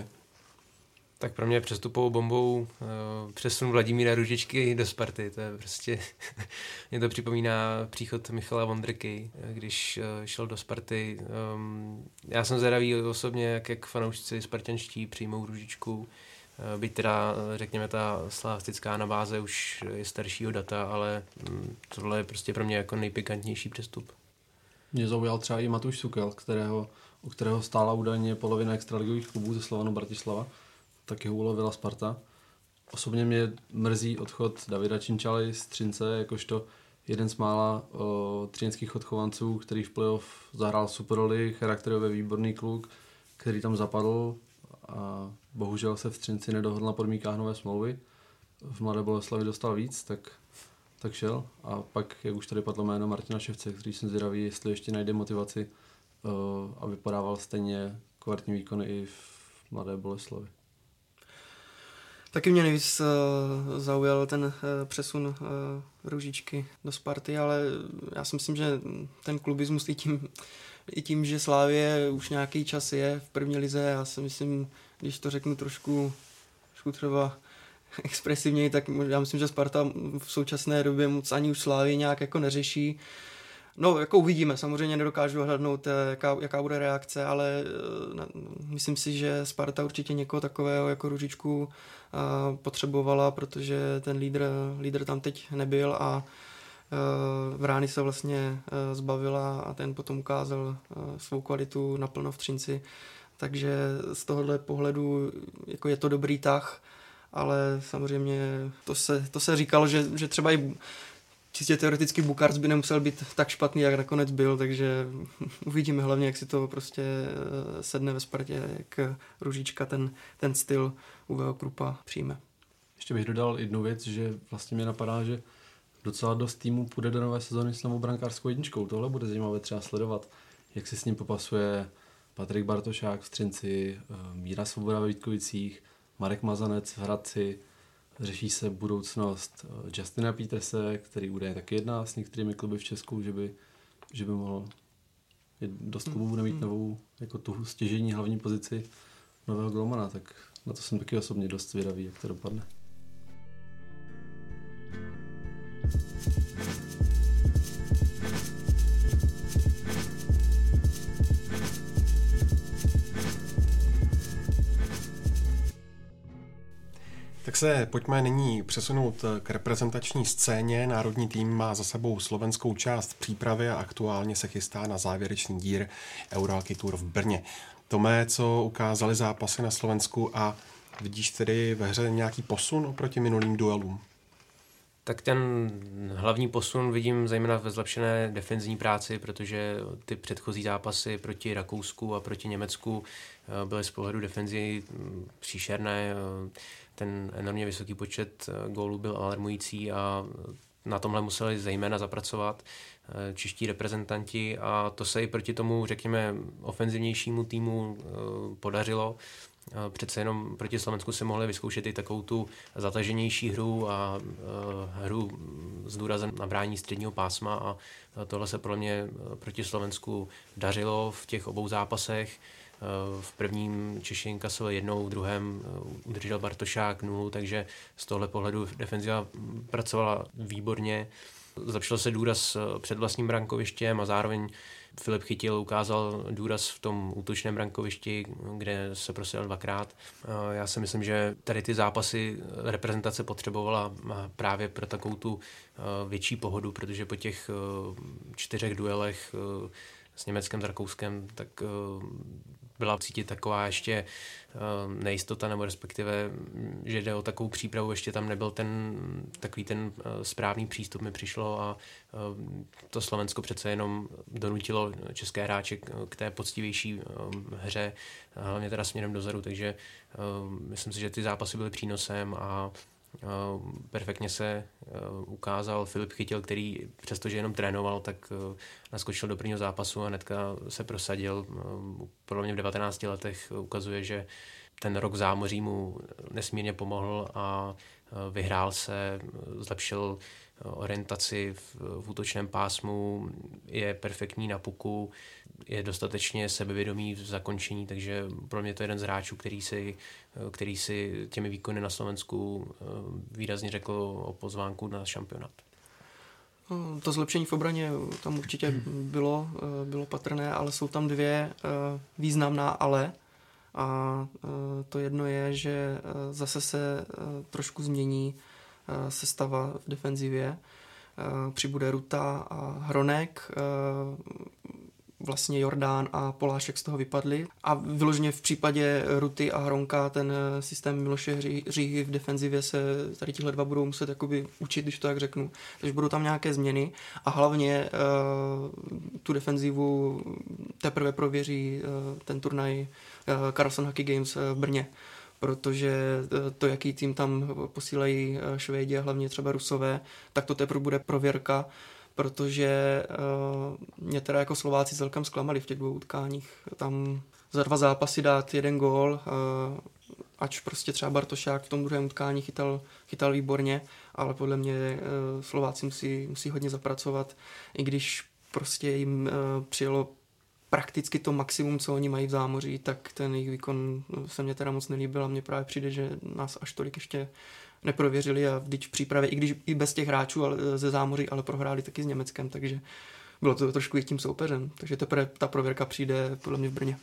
[SPEAKER 7] Tak pro mě přestupovou bombou uh, přesun Vladimíra Růžičky do Sparty. To je prostě, mě to připomíná příchod Michala Vondrky, když uh, šel do Sparty. Um, já jsem zvědavý osobně, jak, jak fanoušci spartanští přijmou Růžičku. Uh, byť teda, řekněme, ta slavistická nabáze už je staršího data, ale um, tohle je prostě pro mě jako nejpikantnější přestup.
[SPEAKER 5] Mě zaujal třeba i Matuš Sukel, kterého, u kterého stála údajně polovina extraligových klubů ze Slovanu Bratislava. Taky ho ulovila Sparta. Osobně mě mrzí odchod Davida Činčaly z Třince, jakožto jeden z mála o, třineckých odchovanců, který v playoff zahrál super roli, charakterově výborný kluk, který tam zapadl a bohužel se v Třinci nedohodl na podmínkách nové smlouvy. V Mladé Boleslavi dostal víc, tak, tak šel. A pak, jak už tady padlo jméno Martina Ševce, který jsem zvědavý, jestli ještě najde motivaci, o, aby podával stejně kvalitní výkony i v Mladé Boleslavi.
[SPEAKER 6] Taky mě nejvíc uh, zaujal ten uh, přesun uh, Růžičky do Sparty, ale já si myslím, že ten klubismus i tím, i tím, že Slavie už nějaký čas je v první lize, já si myslím, když to řeknu trošku, trošku třeba expresivněji, tak já myslím, že Sparta v současné době moc ani už Slavie nějak jako neřeší. No, jako uvidíme, samozřejmě nedokážu odhadnout, jaká, jaká bude reakce, ale uh, myslím si, že Sparta určitě někoho takového jako Růžičku uh, potřebovala, protože ten lídr, lídr tam teď nebyl a uh, Vrány se vlastně uh, zbavila a ten potom ukázal uh, svou kvalitu naplno v Třinci, takže z tohohle pohledu jako je to dobrý tah, ale samozřejmě to se, to se říkalo, že, že třeba i čistě teoreticky Bukarc by nemusel být tak špatný, jak nakonec byl, takže uvidíme hlavně, jak si to prostě sedne ve Spartě, jak Růžička ten, ten styl Uweho Kruppa přijme.
[SPEAKER 5] Ještě bych dodal jednu věc, že vlastně mě napadá, že docela dost týmů půjde do nové sezóny s novou brankářskou jedničkou. Tohle bude zajímavé třeba sledovat, jak se s ním popasuje Patrik Bartošák v Třinci, Míra Svoboda ve Vítkovicích, Marek Mazanec v Hradci. Řeší se budoucnost Justina Peterse, který bude taky jedná s některými kluby v Česku, že by, že by mohl dost klubů bude mít novou jako tu stěžejní hlavní pozici nového golmana, tak na to jsem taky osobně dost zvědavý, jak to dopadne.
[SPEAKER 4] Tak se pojďme nyní přesunout k reprezentační scéně. Národní tým má za sebou slovenskou část přípravy a aktuálně se chystá na závěrečný dír Eurohockey Tour v Brně. Tome, co ukázali zápasy na Slovensku a vidíš tedy ve hře nějaký posun oproti minulým duelům?
[SPEAKER 7] Tak ten hlavní posun vidím zejména ve zlepšené defenzivní práci, protože ty předchozí zápasy proti Rakousku a proti Německu byly z pohledu defenzivy příšerné. Ten enormně vysoký počet gólů byl alarmující a na tomhle museli zejména zapracovat čeští reprezentanti a to se i proti tomu, řekněme, ofenzivnějšímu týmu podařilo. Přece jenom proti Slovensku si mohli vyzkoušet i takovou tu zataženější hru a hru s důrazem na brání středního pásma a tohle se podle mě proti Slovensku dařilo v těch obou zápasech. V prvním Češi inkasovali jednou, v druhém udržel Bartošák nulu, takže z tohle pohledu defenziva pracovala výborně. Zlepšil se důraz před vlastním brankovištěm a zároveň Filip Chytil ukázal důraz v tom útočném brankovišti, kde se prosil dvakrát. Já si myslím, že tady ty zápasy reprezentace potřebovala právě pro takovou tu větší pohodu, protože po těch čtyřech duelech s Německem, s Rakouskem, tak byla cítit taková ještě nejistota, nebo respektive, že jde o takovou přípravu, ještě tam nebyl ten takový ten správný přístup, mi přišlo a to Slovensko přece jenom donutilo české hráče k té poctivější hře, hlavně teda směrem dozadu, takže myslím si, že ty zápasy byly přínosem a perfektně se ukázal Filip Chytil, který přestože jenom trénoval, tak naskočil do prvního zápasu a hnedka se prosadil. Podle mě v devatenácti letech ukazuje, že ten rok v zámoří mu nesmírně pomohl a vyhrál se, zlepšil orientaci v, v útočném pásmu, je perfektní na puku, je dostatečně sebevědomý v zakončení, takže pro mě to je jeden z hráčů, který si, který si těmi výkony na Slovensku výrazně řekl o pozvánku na šampionát.
[SPEAKER 6] To zlepšení v obraně tam určitě bylo, bylo patrné, ale jsou tam dvě významná ale. A to jedno je, že zase se trošku změní sestava v defenzivě. Přibude Ruta a Hronek, vlastně Jordán a Polášek z toho vypadli. A vyloženě v případě Ruty a Hronka ten systém Miloše Říhy v defenzivě se tady tihle dva budou muset jakoby učit, když to tak řeknu. Takže budou tam nějaké změny a hlavně uh, tu defenzivu teprve prověří uh, ten turnaj uh, Carlson Hockey Games v Brně. Protože to, jaký tým tam posílají Švédi a hlavně třeba Rusové, tak to teprve bude prověrka, protože uh, mě teda jako Slováci celkem zklamali v těch dvou utkáních. Tam za dva zápasy dát jeden gól, uh, ač prostě třeba Bartošák v tom druhém utkání chytal, chytal výborně, ale podle mě uh, Slováci musí, musí hodně zapracovat, i když prostě jim uh, přijelo prakticky to maximum, co oni mají v zámoří, tak ten jejich výkon se mně teda moc nelíbil a mně právě přijde, že nás až tolik ještě neprověřili a vždyť v přípravě, i když i bez těch hráčů ale, ze zámoří, ale prohráli taky s Německem, takže bylo to trošku i tím soupeřem. Takže teprve ta prověrka přijde podle mě v Brně.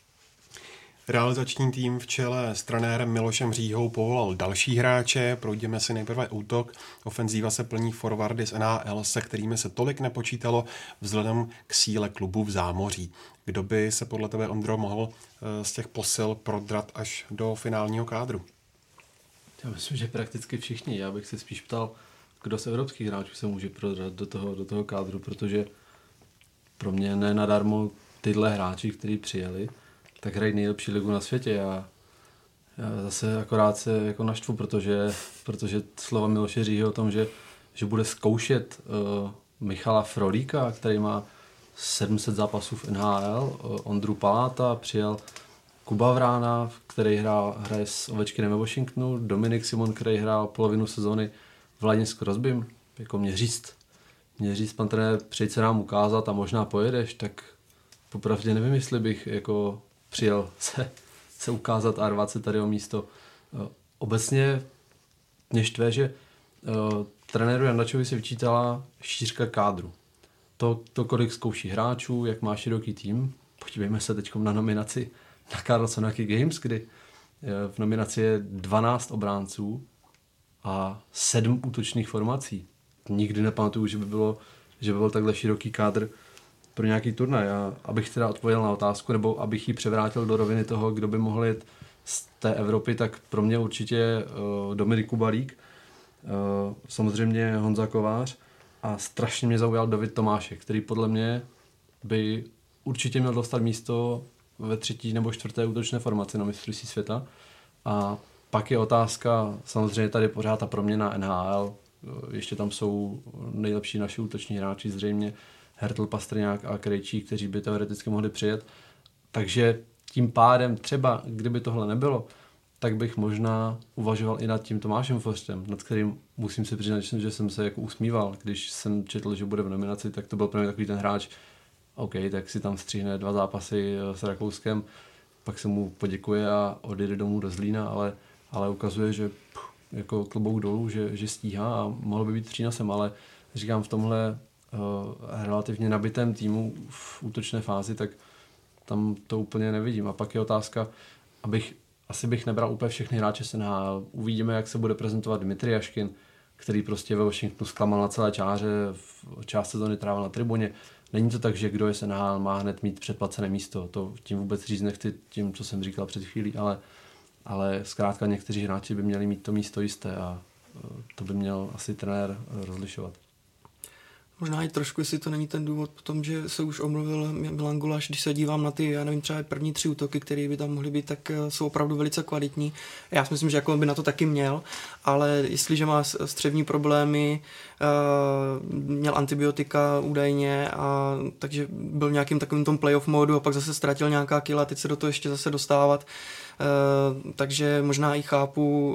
[SPEAKER 4] Realizační tým v čele s trenérem Milošem Říhou povolal další hráče. Projdeme si nejprve útok. Ofenzíva se plní forwardy z N H L, se kterými se tolik nepočítalo vzhledem k síle klubu v zámoří. Kdo by se podle tebe, Ondro, mohl z těch posil prodrat až do finálního kádru?
[SPEAKER 5] Já myslím, že prakticky všichni. Já bych se spíš ptal, kdo z evropských hráčů se může prodrat do toho, do toho kádru, protože pro mě ne nadarmo tyhle hráči, kteří přijeli, tak hrají nejlepší ligu na světě. Já, já zase akorát se jako naštvu, protože, protože slova Miloše Říhy o tom, že, že bude zkoušet uh, Michala Frolíka, který má sedm set zápasů v N H L, uh, Ondru Paláta, přijel Kuba Vrána, který hrál, hraje s Ovečkinem ve Washingtonu, Dominik Simon, který hrál polovinu sezony v Ladinsko Rozbím. Jako mě říct, mě říct, pan trenér, přijď se nám ukázat a možná pojedeš, tak popravdě nevím, jestli bych jako přijel se, se ukázat a rvát se tady o místo. Obecně mě štve, že uh, trenéru Jandačovi se vyčítala šířka kádru. To, to, kolik zkouší hráčů, jak má široký tým. Podívejme se teď na nominaci na Carlson Hockey Games, kdy v nominaci je dvanáct obránců a sedm útočných formací. Nikdy nepamatuju, že by bylo, že by byl takhle široký kádr pro nějaký turnaj. Já, abych teda odpověděl na otázku, nebo abych ji převrátil do roviny toho, kdo by mohl jít z té Evropy, tak pro mě určitě uh, Dominik Kubalík. samozřejmě Honza Kovář a strašně mě zaujal David Tomášek, který podle mě by určitě měl dostat místo ve třetí nebo čtvrté útočné formaci na mistrovství světa. A pak je otázka, samozřejmě tady pořád ta proměna N H L, ještě tam jsou nejlepší naši útoční hráči, zřejmě Hertl, Pastrňák a Krejčí, kteří by teoreticky mohli přijet. Takže tím pádem třeba, kdyby tohle nebylo, tak bych možná uvažoval i nad tím Tomášem Fořtem, nad kterým musím si přiznat, že jsem se jako usmíval. Když jsem četl, že bude v nominaci, tak to byl pro mě takový ten hráč, OK, tak si tam stříhne dva zápasy s Rakouskem, pak se mu poděkuje a odjede domů do Zlína, ale, ale ukazuje, že pff, jako klobouk dolů, že, že stíhá a mohlo by být přínosem, ale říkám v tomhle uh, relativně nabitém týmu v útočné fázi, tak tam to úplně nevidím. A pak je otázka, abych, asi bych nebral úplně všechny hráče z N H L. Uvidíme, jak se bude prezentovat Dmitrij Jaškin, který prostě ve Washingtonu zklamal na celé čáře, v část sezóny trávil na tribuně. Není to tak, že kdo je z N H L má hned mít předplacené místo. To tím vůbec říct nechci tím, co jsem říkal před chvílí, ale, ale zkrátka někteří hráči by měli mít to místo jisté a to by měl asi trenér rozlišovat.
[SPEAKER 6] Možná i trošku, jestli to není ten důvod po tom, že se už omluvil Milan Gulaš, když se dívám na ty, já nevím, třeba první tři útoky, které by tam mohly být, tak jsou opravdu velice kvalitní. Já si myslím, že jako by na to taky měl, ale jestliže má střevní problémy, měl antibiotika údajně, a takže byl v nějakým takovým tom playoff módu a pak zase ztratil nějaká kila, teď se do toho ještě zase dostávat, takže možná i chápu,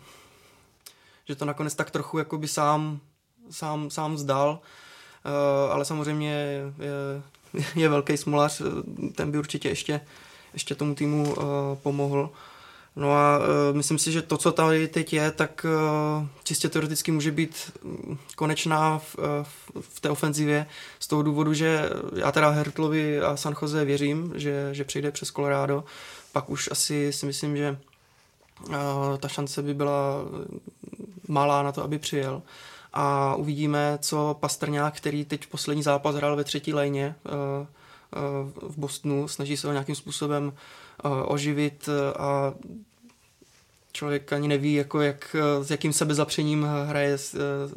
[SPEAKER 6] že to nakonec tak trochu jakoby sám, sám, sám zdal. Uh, ale samozřejmě je, je velký smolař, ten by určitě ještě, ještě tomu týmu uh, pomohl. No a uh, myslím si, že to, co tady teď je, tak uh, čistě teoreticky může být konečná v, v, v té ofenzivě z toho důvodu, že já teda Hertlovi a San Jose věřím, že, že přejde přes Colorado. Pak už asi si myslím, že uh, ta šance by byla malá na to, aby přijel. A uvidíme, co Pastrňák, který teď poslední zápas hrál ve třetí lajně v Bostonu, snaží se ho nějakým způsobem oživit a člověk ani neví, jako jak, s jakým sebezapřením hraje s,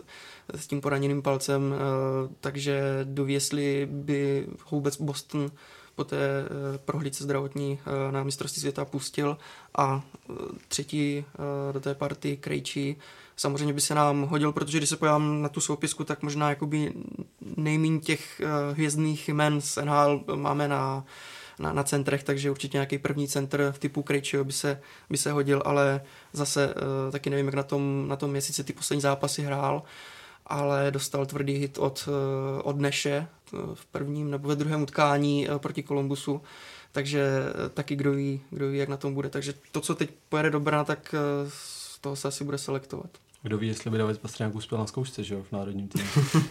[SPEAKER 6] s tím poraněným palcem, takže doví, jestli by vůbec Boston po té prohlídce zdravotní na mistrovství světa pustil. A třetí do té party Krejčí samozřejmě by se nám hodil, protože když se podívám na tu soupisku, tak možná jakoby nejméně těch hvězdných jmen z N H L máme na, na, na centrech, takže určitě nějaký první centr v typu Krejčího by se, by se hodil, ale zase taky nevím, jak na tom, na tom měsíci ty poslední zápasy hrál, ale dostal tvrdý hit od, od Neše v prvním nebo ve druhém utkání proti Columbusu, takže taky kdo ví, kdo ví, jak na tom bude. Takže to, co teď pojede do Brna, tak z toho se asi bude selektovat.
[SPEAKER 5] Kdo ví, jestli by David Pastrňák uspěl na zkoušce, že jo, v národním týmu.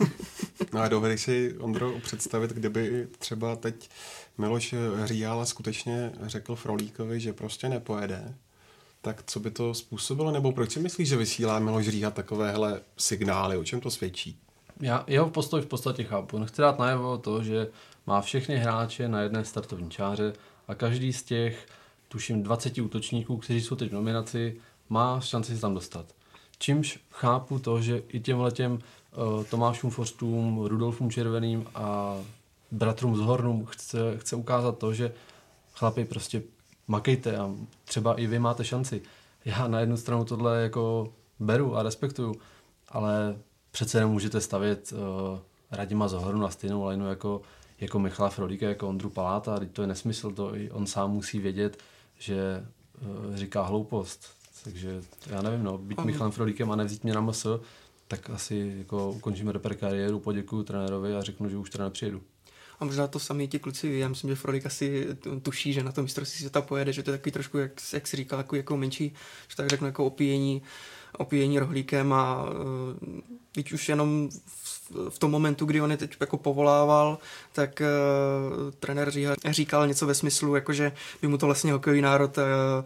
[SPEAKER 4] No a dovedeš si, Ondro, představit, kdyby třeba teď Miloš Hříhala skutečně řekl Frolíkovi, že prostě nepojede, tak co by to způsobilo? Nebo proč si myslíš, že vysílá Miloš Hříha takovéhle signály? O čem to svědčí?
[SPEAKER 5] Já jeho postoj v podstatě chápu. On chce dát najevo to, že má všechny hráče na jedné startovní čáře a každý z těch, tuším, dvaceti útočníků, kteří jsou teď v nominaci, má šanci se tam dostat. Čímž chápu to, že i těmhletěm uh, Tomášům Forstům, Rudolfům Červeným a bratrům z Hornům chce, chce ukázat to, že chlapi prostě makejte a třeba i vy máte šanci. Já na jednu stranu tohle jako beru a respektuju, ale přece nemůžete stavět uh, Radima z Hornu na stejnou lineu jako, jako Michala Frolíka, jako Ondru Paláta. To je nesmysl, to i on sám musí vědět, že uh, říká hloupost. Takže já nevím, no, být Michalem Frolíkem a nevzít mě na M S, tak asi jako ukončíme reper kariéru, poděkuju trenérovi a řeknu, že už teda nepřijedu. A
[SPEAKER 6] možná to sami ti kluci, já myslím, že Frolík asi tuší, že na to mistrovství světa pojede, že to je takový trošku, jak, jak jsi říkal, jako, jako menší, že tak řeknu, jako opíjení, opíjení rohlíkem a víc už jenom v, v tom momentu, kdy on je teď jako povolával, tak uh, trenér říkal něco ve smyslu, jako, že by mu to vlastně hokejový národ uh,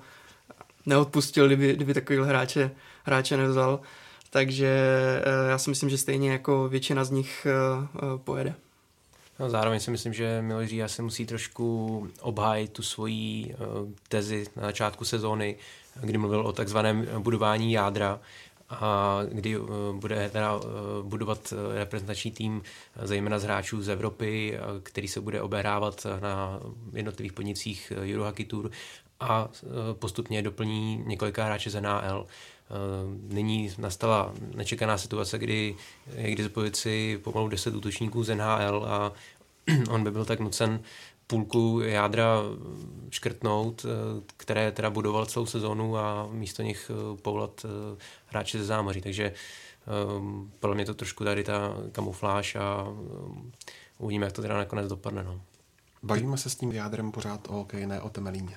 [SPEAKER 6] neodpustil, kdyby, kdyby takovýhle hráče, hráče nevzal. Takže uh, já si myslím, že stejně jako většina z nich uh, uh, pojede.
[SPEAKER 7] No, zároveň si myslím, že Miloš Hříha se musí trošku obhájit tu svoji uh, tezi na začátku sezóny, kdy mluvil o takzvaném budování jádra a kdy bude teda budovat reprezentační tým zejména z hráčů z Evropy, který se bude obehrávat na jednotlivých podnicích Eurohockey Tour a postupně doplní několika hráče z N H L. Nyní nastala nečekaná situace, kdy je k dispozici pomalu deset útočníků z N H L a on by byl tak nucen půlku jádra škrtnout, které teda budoval celou sezonu a místo nich povolat hráče ze zámoří. Takže um, podle mě to trošku tady ta kamufláž a um, uvidíme, jak to teda nakonec dopadne. No.
[SPEAKER 4] Bavíme se s tím jádrem pořád o hokej, ne o Temelíně.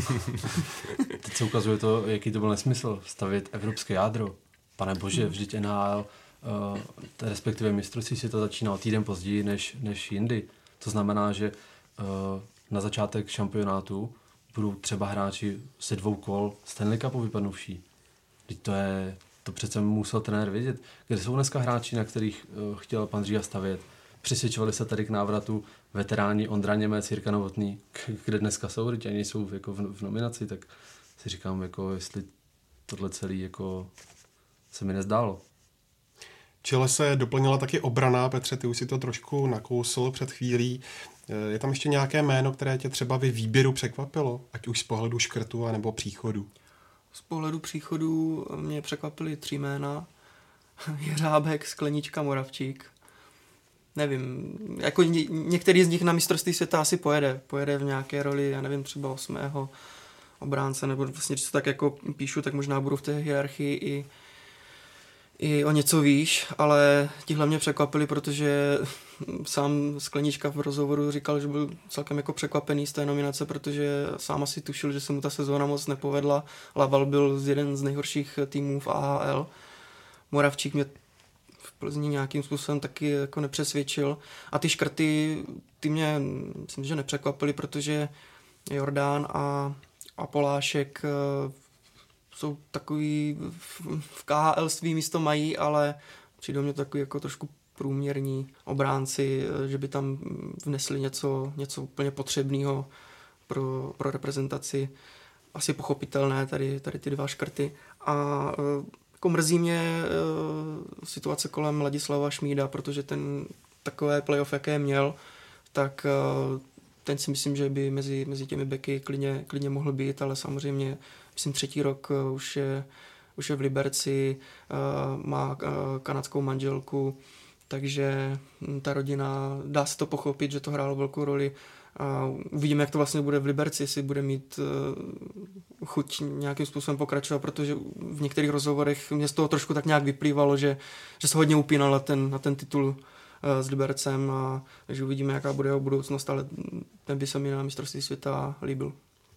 [SPEAKER 5] Teď se ukazuje to, jaký to byl nesmysl stavět evropské jádro. Pane bože, vždyť N H L, uh, respektive mistrovství si to začíná o týden později než, než jindy. To znamená, že uh, na začátek šampionátu budou třeba hráči se dvou kol Stanley Cupu vypadnuvší. Teď to je, to přece musel trenér vědět. Kde jsou dneska hráči, na kterých uh, chtěl pan Říha stavět? Přesvědčovali se tady k návratu veteráni Ondra Němec, Jirka Novotný, kde dneska jsou, teď ani jsou jako v, v nominaci, tak si říkám, jako jestli tohle celý jako se mi nezdálo.
[SPEAKER 4] Čile se doplnila taky obrana, Petře, ty už si to trošku nakousl před chvílí. Je tam ještě nějaké jméno, které tě třeba vy výběru překvapilo, ať už z pohledu škrtu nebo příchodu?
[SPEAKER 6] Z pohledu příchodu mě překvapily tři jména. Jeřábek, Sklenička, Moravčík. Nevím, jako ně, některý z nich na mistrovství světa asi pojede. Pojede v nějaké roli, já nevím, třeba osmého obránce, nebo vlastně, když to tak jako píšu, tak možná budu v té hierarchii i, i o něco výš, ale ti hlavně překvapili, protože sám Sklenička v rozhovoru říkal, že byl celkem jako překvapený z té nominace, protože sám asi tušil, že se mu ta sezóna moc nepovedla. Laval byl z jeden z nejhorších týmů v A H L. Moravčík mě v Plzni nějakým způsobem taky jako nepřesvědčil. A ty škrty, ty mě, myslím, že nepřekvapily, protože Jordán a, a Polášek uh, jsou takový, v, v K H L svý místo mají, ale přijdou mě takový jako trošku průměrní obránci, že by tam vnesli něco, něco úplně potřebného pro, pro reprezentaci. Asi pochopitelné tady, tady ty dva škrty. A uh, jako mrzí mě uh, situace kolem Ladislava Šmída, protože ten takové playoff, jaké měl, tak uh, ten si myslím, že by mezi, mezi těmi beky klidně, klidně mohl být, ale samozřejmě myslím třetí rok uh, už, je, už je v Liberci, uh, má uh, kanadskou manželku, takže ta rodina, dá se to pochopit, že to hrálo velkou roli. A uvidíme, jak to vlastně bude v Liberci, jestli bude mít uh, chuť nějakým způsobem pokračovat, protože v některých rozhovorech mě z toho trošku tak nějak vyplývalo, že, že se hodně upínal na ten, na ten titul uh, s Libercem, a takže uvidíme, jaká bude jeho budoucnost, ale ten by se mi na mistrovství světa líbil.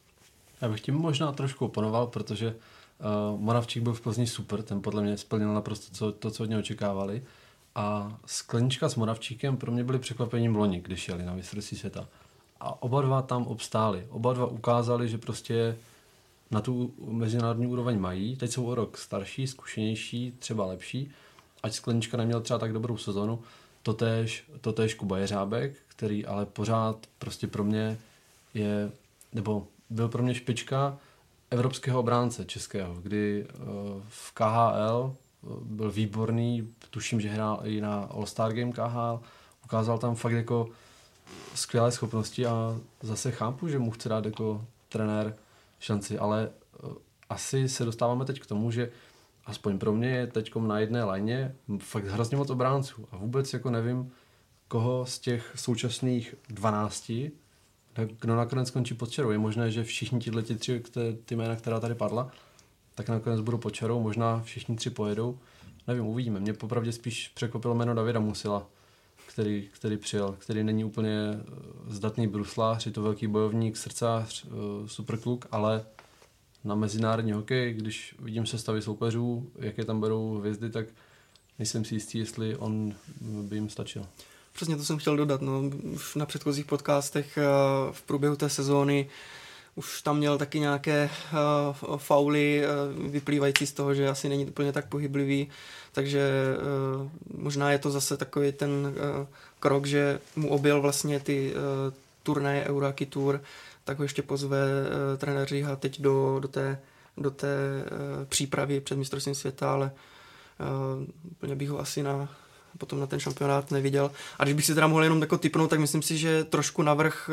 [SPEAKER 5] Já bych tím možná trošku oponoval, protože uh, Moravčík byl v Plzni super, ten podle mě splnil naprosto co, to, co od něj očekávali, a Sklenička s Moravčíkem pro mě byli překvapením loni, když jeli na mistrovství světa. A oba dva tam obstáli. Oba dva ukázali, že prostě na tu mezinárodní úroveň mají. Teď jsou o rok starší, zkušenější, třeba lepší. Ať Sklenička neměl třeba tak dobrou sezonu, totéž, totéž Kuba Jeřábek, který ale pořád prostě pro mě je, nebo byl pro mě špička evropského obránce českého, kdy v K H L byl výborný, tuším, že hrál i na All-Star Game K H L, ukázal tam fakt jako skvělé schopnosti a zase chápu, že mu chce dát jako trenér šanci, ale uh, asi se dostáváme teď k tomu, že aspoň pro mě je teďkom na jedné lajně fakt hrozně moc obránců a vůbec jako nevím, koho z těch současných dvanácti, kdo nakonec skončí pod čarou. Je možné, že všichni tyhle tři, ty jména, která tady padla, tak nakonec budou pod čarou, možná všichni tři pojedou. Nevím, uvidíme. Mě popravdě spíš překvapilo jméno Davida Musila, který, který přijel, který není úplně zdatný bruslář, je to velký bojovník, srdcář, superkluk, ale na mezinárodní hokej, když vidím sestavy soupeřů, jaké tam berou hvězdy, tak nejsem si jistý, jestli on by jim stačil.
[SPEAKER 6] Přesně to jsem chtěl dodat. No. Už na předchozích podcastech v průběhu té sezóny už tam měl taky nějaké uh, fauly uh, vyplývající z toho, že asi není úplně tak pohyblivý, takže uh, možná je to zase takový ten uh, krok, že mu objel vlastně ty uh, turnaje Eurohockey Tour, tak ho ještě pozve uh, trenér Říha teď do, do té, do té uh, přípravy před mistrovstvím světa, ale Úplně bych ho asi na, potom na ten šampionát neviděl. A když bych si teda mohl jenom jako tipnout, tak myslím si, že trošku navrch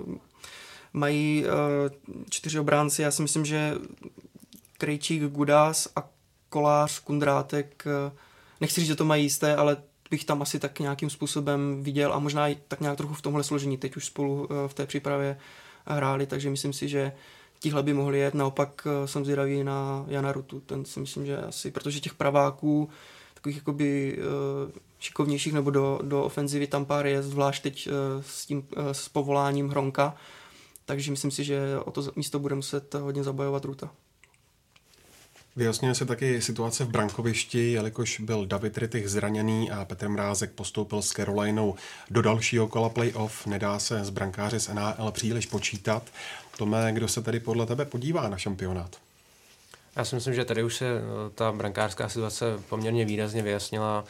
[SPEAKER 6] mají čtyři obránci. Já si myslím, že Krejčík, Gudas a Kolář, Kundrátek, nechci říct, že to mají jisté, ale bych tam asi tak nějakým způsobem viděl a možná i tak nějak trochu v tomhle složení teď už spolu v té přípravě hráli, takže myslím si, že tihle by mohli jet. Naopak jsem zvědavý na Jana Rutu, ten si myslím, že asi, protože těch praváků takových jakoby šikovnějších nebo do, do ofenzivy tam pár je, zvlášť teď s tím s povoláním Hronka, takže myslím si, že o to místo bude muset hodně zabojovat Ruta.
[SPEAKER 4] Vyjasňuje se taky situace v brankovišti, jelikož byl David Rittich zraněný a Petr Mrázek postoupil s Carolinou do dalšího kola playoff. Nedá se z brankáře z N H L příliš počítat. Tome, kdo se tady podle tebe podívá na šampionát?
[SPEAKER 7] Já si myslím, že tady už se ta brankářská situace poměrně výrazně vyjasnila.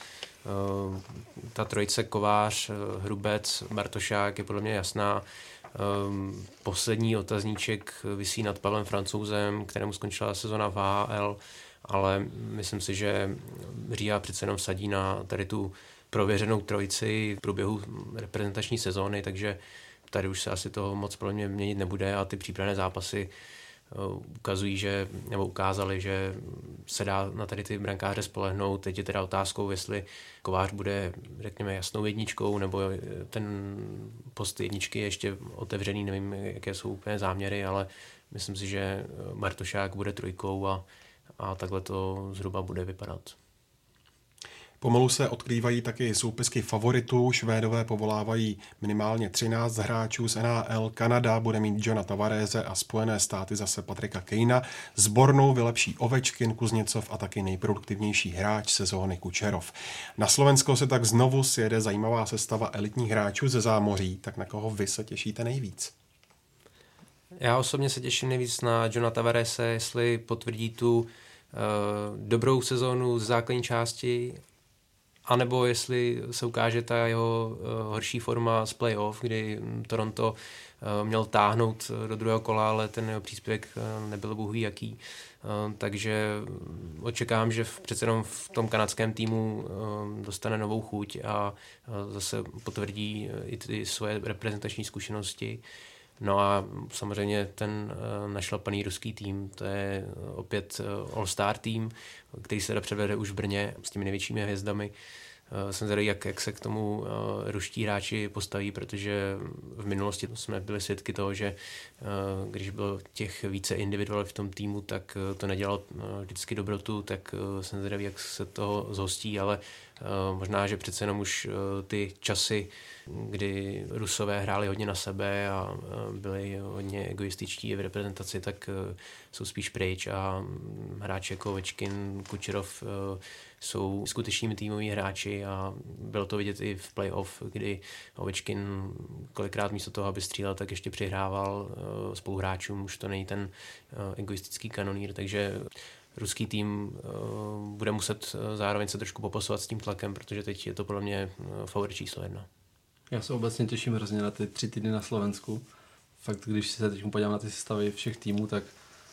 [SPEAKER 7] Ta trojice Kovář, Hrubec, Bartošák je podle mě jasná. Poslední otazníček visí nad Pavlem Francouzem, kterému skončila sezona v H H L, ale myslím si, že Říha přece jenom vsadí na tady tu prověřenou trojici v průběhu reprezentační sezóny, takže tady už se asi toho moc podle mě měnit nebude a ty přípravné zápasy ukazují, že, nebo ukázali, že se dá na tady ty brankáře spolehnout. Teď je teda otázkou, jestli Kovář bude, řekněme, jasnou jedničkou, nebo ten post jedničky je ještě otevřený, nevím, jaké jsou úplně záměry, ale myslím si, že Bartošák bude trojkou a, a takhle to zhruba bude vypadat.
[SPEAKER 4] Pomalu se odkrývají taky soupisky favoritů. Švédové povolávají minimálně třináct hráčů z N H L. Kanada bude mít Johna Tavarese a Spojené státy zase Patrika Kejna. Sbornou vylepší Ovečkin, Kuzněcov a taky nejproduktivnější hráč sezóny Kučerov. Na Slovensko se tak znovu sjede zajímavá sestava elitních hráčů ze zámoří. Tak na koho vy se těšíte nejvíc?
[SPEAKER 7] Já osobně se těším nejvíc na Johna Tavarese, jestli potvrdí tu uh, dobrou sezónu z základní části, anebo jestli se ukáže ta jeho uh, horší forma z playoff, kdy Toronto uh, měl táhnout do druhého kola, ale ten jeho příspěvek uh, nebyl bůhví jaký. Uh, takže očekávám, že v, přece jenom v tom kanadském týmu uh, dostane novou chuť a uh, zase potvrdí uh, i ty svoje reprezentační zkušenosti. No a samozřejmě ten uh, našlapaný ruský tým, to je opět uh, all-star tým, který se předvede už v Brně s těmi největšími hvězdami. Uh, jsem zvědavý, jak, jak se k tomu uh, ruští hráči postaví, protože v minulosti jsme byli svědky toho, že uh, když bylo těch více individuálů v tom týmu, tak uh, to nedělalo uh, vždycky dobrotu, tak uh, jsem zvědavý, jak se toho zhostí, ale uh, možná, že přece jenom už uh, ty časy, kdy Rusové hráli hodně na sebe a byli hodně egoističtí v reprezentaci, tak jsou spíš pryč a hráči jako Ovečkin, Kučerov jsou skutečnými týmoví hráči a bylo to vidět i v playoff, kdy Ovečkin kolikrát místo toho, aby střílel, tak ještě přihrával spoluhráčům, už to není ten egoistický kanonýr, takže ruský tým uh, bude muset zároveň se trošku popasovat s tím tlakem, protože teď je to podle mě favorit číslo jedna.
[SPEAKER 5] Já se obecně těším hrozně na ty tři týdny na Slovensku. Fakt, když se teď podívám na ty sestavy všech týmů, tak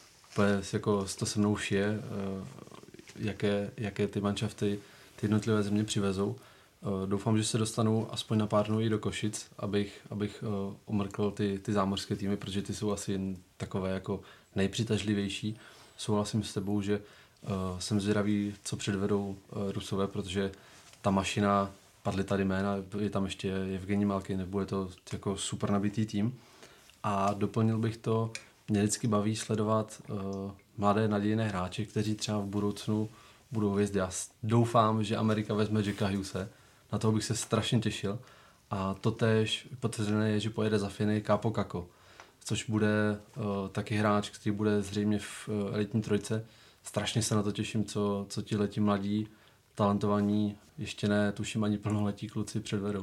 [SPEAKER 5] jako to se mnou šije, uh, jaké, jaké ty manšafty ty jednotlivé země přivezou. Uh, doufám, že se dostanu aspoň na pár dnů i do Košic, abych, abych uh, umrkl ty, ty zámořské týmy, protože ty jsou asi takové jako nejpřitažlivější. Souhlasím s tebou, že uh, jsem zvědavý, co předvedou uh, Rusové, protože ta mašina, padly tady jména, je tam ještě Evgenij Malkin, bude to jako super nabitý tým. A doplnil bych to, mě vždycky baví sledovat uh, mladé nadějné hráče, kteří třeba v budoucnu budou hvězdy. Já doufám, že Amerika vezme Jacka Hughese, na toho bych se strašně těšil. A to též potvrzené je, že pojede za Finy Kaapo Kakko, což bude uh, taky hráč, který bude zřejmě v uh, elitní trojce. Strašně se na to těším, co, co tihleti mladí, talentovaní, ještě ne, tuším ani plnoletí kluci předvedou.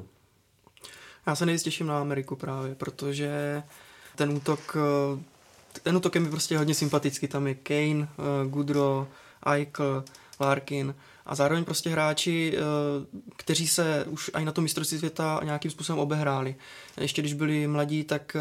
[SPEAKER 6] Já se nejvíc těším na Ameriku právě, protože ten útok, ten útok je mi prostě hodně sympatický. Tam je Kane, Goodrow, Eichel, Larkin A zároveň prostě hráči, kteří se už i na tom mistrovství světa nějakým způsobem obehráli. Ještě když byli mladí, tak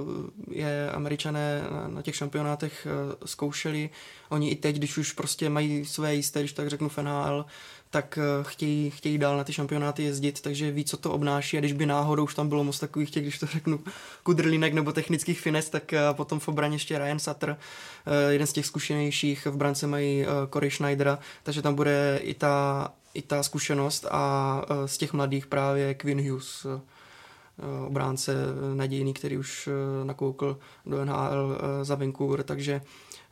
[SPEAKER 6] je Američané na těch šampionátech zkoušeli. Oni i teď, když už prostě mají své jisté, když tak řeknu v N H L, tak chtějí, chtějí dál na ty šampionáty jezdit, takže ví, co to obnáší, a když by náhodou už tam bylo moc takových těch, když to řeknu, kudrlinek nebo technických fines, tak potom v obraně ještě Ryan Sutter, jeden z těch zkušenějších, v brance mají Corey Schneidera, takže tam bude i ta, i ta zkušenost, a z těch mladých právě Quinn Hughes, obránce nadějný, který už nakoukl do N H L za Vancouver, takže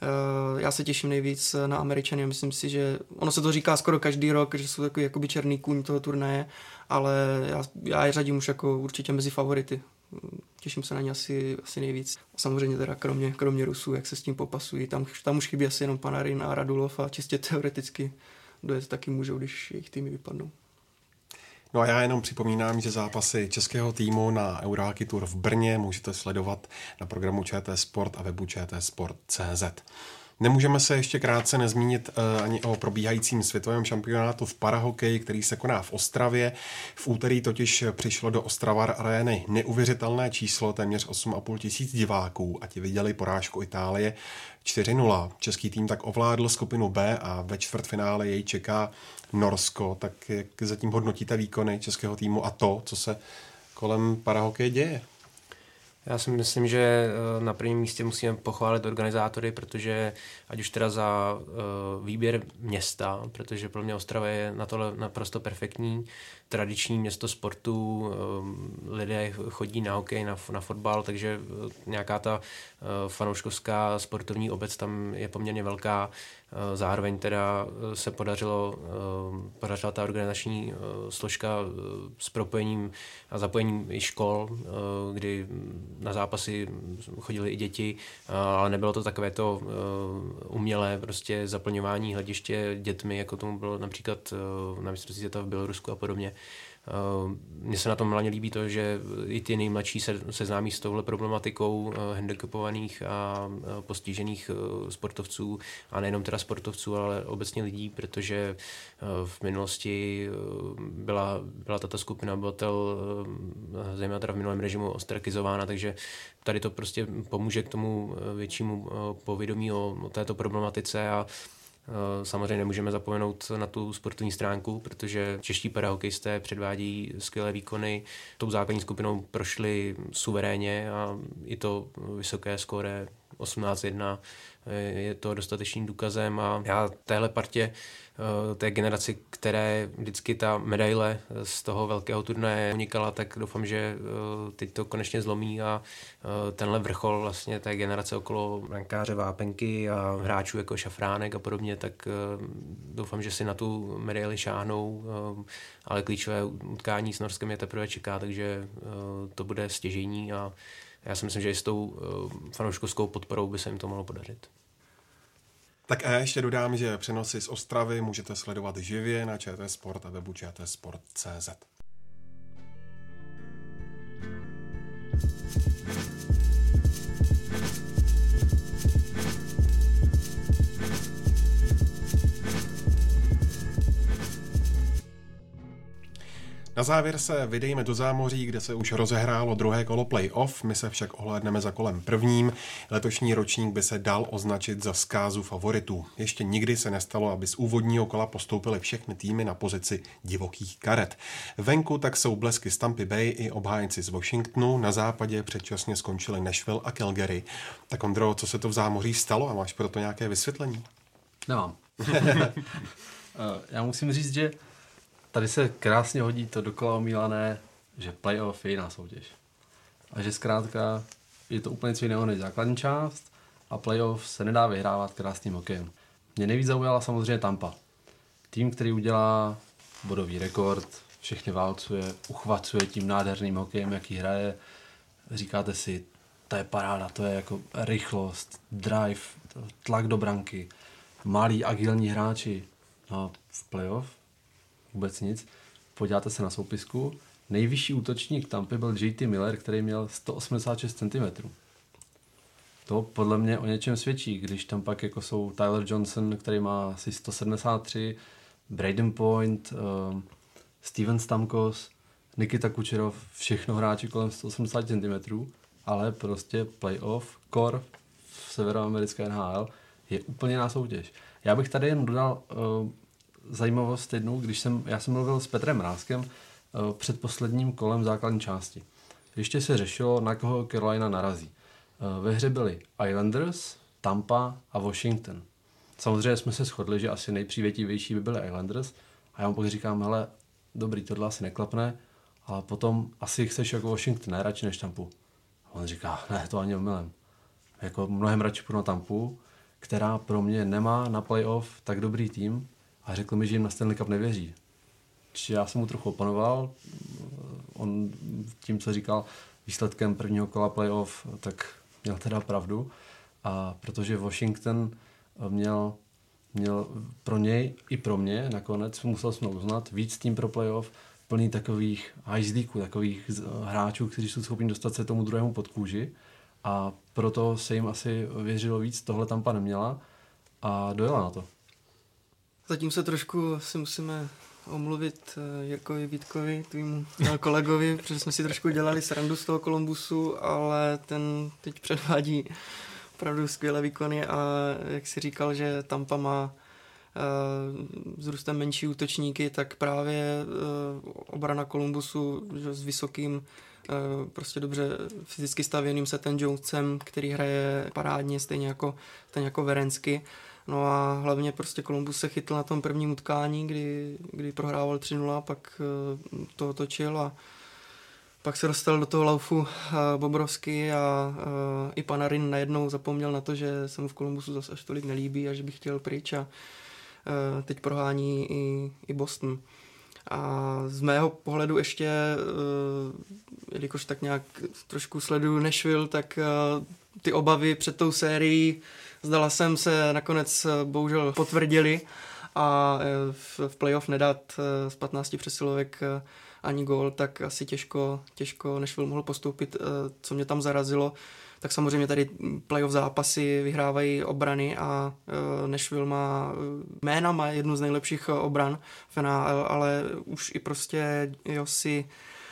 [SPEAKER 6] já se těším nejvíc na Američany. Myslím si, že ono se to říká skoro každý rok, že jsou takový jakoby černý kůň toho turnaje, ale já, já je řadím už jako určitě mezi favority. Těším se na ně asi, asi nejvíc. Samozřejmě teda kromě, kromě Rusů, jak se s tím popasují. Tam, tam už chybí asi jenom Panarin a Radulov, a čistě teoreticky dojet taky můžou, když jejich týmy vypadnou.
[SPEAKER 4] No a já jenom připomínám, že zápasy českého týmu na Eurohockey Tour v Brně můžete sledovat na programu ČT Sport a webu čtsport tečka cé zet. Nemůžeme se ještě krátce nezmínit uh, ani o probíhajícím světovém šampionátu v parahokeji, který se koná v Ostravě. V úterý totiž přišlo do Ostravar Arény neuvěřitelné číslo, téměř osm a půl tisíc diváků, a ti viděli porážku Itálie čtyři nula. Český tým tak ovládl skupinu B a ve čtvrtfinále jej čeká Norsko. Tak jak zatím hodnotíte výkony českého týmu a to, co se kolem parahokeje děje?
[SPEAKER 7] Já si myslím, že na prvním místě musíme pochválit organizátory, protože ať už teda za uh, výběr města, protože pro mě Ostrava je na tohle naprosto perfektní, tradiční město sportu, um, lidé chodí na hokej, na, na fotbal, takže uh, nějaká ta uh, fanouškovská sportovní obec tam je poměrně velká. Uh, zároveň teda uh, se podařilo, uh, podařila ta organizační uh, složka uh, s propojením a zapojením i škol, uh, kdy na zápasy chodili i děti, uh, ale nebylo to takové to uh, umělé prostě zaplňování hlediště dětmi, jako tomu bylo například uh, na mistrovství světa v Bělorusku a podobně. Mně se na tom hlavně líbí to, že i ty nejmladší se seznámí s touhle problematikou handicapovaných a postižených sportovců, a nejenom teda sportovců, ale obecně lidí, protože v minulosti byla, byla tato skupina obyvatel zejména teda v minulém režimu ostrakizována, takže tady to prostě pomůže k tomu většímu povědomí o, o této problematice. A samozřejmě nemůžeme zapomenout na tu sportovní stránku, protože čeští parahokejisté předvádí skvělé výkony. Tou základní skupinou prošli suverénně a i to vysoké skóre osmnáct jedna je to dostatečným důkazem, a já téhle partě, té generaci, které vždycky ta medaile z toho velkého turnaje unikala, tak doufám, že teď to konečně zlomí a tenhle vrchol vlastně té generace okolo brankáře Vápenky a hráčů jako Šafránek a podobně, tak doufám, že si na tu medaili šáhnou, ale klíčové utkání s Norskem je teprve čeká, takže to bude stěžejní, a já si myslím, že i s tou fanouškovskou podporou by se jim to mohlo podařit.
[SPEAKER 4] Tak a já ještě dodám, že přenosy z Ostravy můžete sledovat živě na ČT Sport a webu čtsport tečka cé zet. Na závěr se vydejme do zámoří, kde se už rozehrálo druhé kolo play-off. My se však ohlédneme za kolem prvním. Letošní ročník by se dal označit za zkázu favoritů. Ještě nikdy se nestalo, aby z úvodního kola postoupily všechny týmy na pozici divokých karet. Venku tak jsou blesky z Tampy Bay i obhájci z Washingtonu. Na západě předčasně skončili Nashville a Calgary. Tak Ondro, co se to v zámoří stalo a máš pro to nějaké vysvětlení?
[SPEAKER 5] Nemám. Já musím říct, že tady se krásně hodí to dokola omílané, že playoff je jiná soutěž. A že zkrátka je to úplně něco jiného než základní část a playoff se nedá vyhrávat krásným hokejem. Mě nejvíc zaujala samozřejmě Tampa. Tým, který udělá bodový rekord, všechny válcuje, uchvacuje tím nádherným hokejem, jaký hraje. Říkáte si, to je paráda, to je jako rychlost, drive, tlak do branky, malí agilní hráči. No v playoff vůbec nic. Podíváte se na soupisku. Nejvyšší útočník Tampy byl J T Miller, který měl sto osmdesát šest centimetrů. To podle mě o něčem svědčí, když tam pak jako jsou Tyler Johnson, který má asi sto sedmdesát tři, Braden Point, uh, Steven Stamkos, Nikita Kucherov, všechno hráči kolem sto osmdesát centimetrů, ale prostě playoff core v severoamerické N H L je úplně na soutěž. Já bych tady jen dodal uh, zajímavost jednou, když jsem, já jsem mluvil s Petrem Mrázkem uh, před posledním kolem základní části. Ještě se řešilo, na koho Carolina narazí. Uh, ve hře byli Islanders, Tampa a Washington. Samozřejmě jsme se shodli, že asi nejpřívětivější by byly Islanders a já mu pak říkám, hele, dobrý, tohle asi neklapne, ale potom asi chceš jako Washington, ne, radši než Tampu. A on říká, ne, to ani omylem. Jako mnohem radši půjdu na Tampu, která pro mě nemá na playoff tak dobrý tým a řekl mi, že jim na Stanley Cup nevěří. Čiže já jsem mu trochu oponoval, on tím, co říkal výsledkem prvního kola playoff, tak měl teda pravdu. A protože Washington měl, měl pro něj i pro mě, nakonec musel jsme uznat, víc tým pro playoff, plný takových hajzlíků, takových hráčů, kteří jsou schopni dostat se tomu druhému pod kůži. A proto se jim asi věřilo víc, tohle Tampa neměla a dojela na to.
[SPEAKER 6] Zatím se trošku si musíme omluvit Jirkovi Vítkovi, tvýmu kolegovi, protože jsme si trošku dělali srandu z toho Columbusu, ale ten teď předvádí opravdu skvělé výkony a jak si říkal, že Tampa má s růstem menší útočníky, tak právě obrana Columbusu s vysokým, prostě dobře fyzicky stavěným Setem Jonesem, který hraje parádně, stejně jako, stejně jako Verensky. No a hlavně prostě Columbus se chytl na tom prvním utkání, kdy, kdy prohrával tři nula, pak to otočil a pak se dostal do toho laufu Bobrovsky a i Panarin najednou zapomněl na to, že se mu v Columbusu zase až tolik nelíbí a že by chtěl pryč a teď prohání i, i Boston. A z mého pohledu ještě, jelikož tak nějak trošku sleduju Nashville, tak ty obavy před tou sérií zdala jsem se nakonec bohužel potvrdili a v, v playoff nedat z patnácti přesilovek ani gól, tak asi těžko, těžko Nashville mohl postoupit. Co mě tam zarazilo, tak samozřejmě tady playoff zápasy vyhrávají obrany a Nashville má jména, má jednu z nejlepších obran v N H L, ale už i prostě Josi,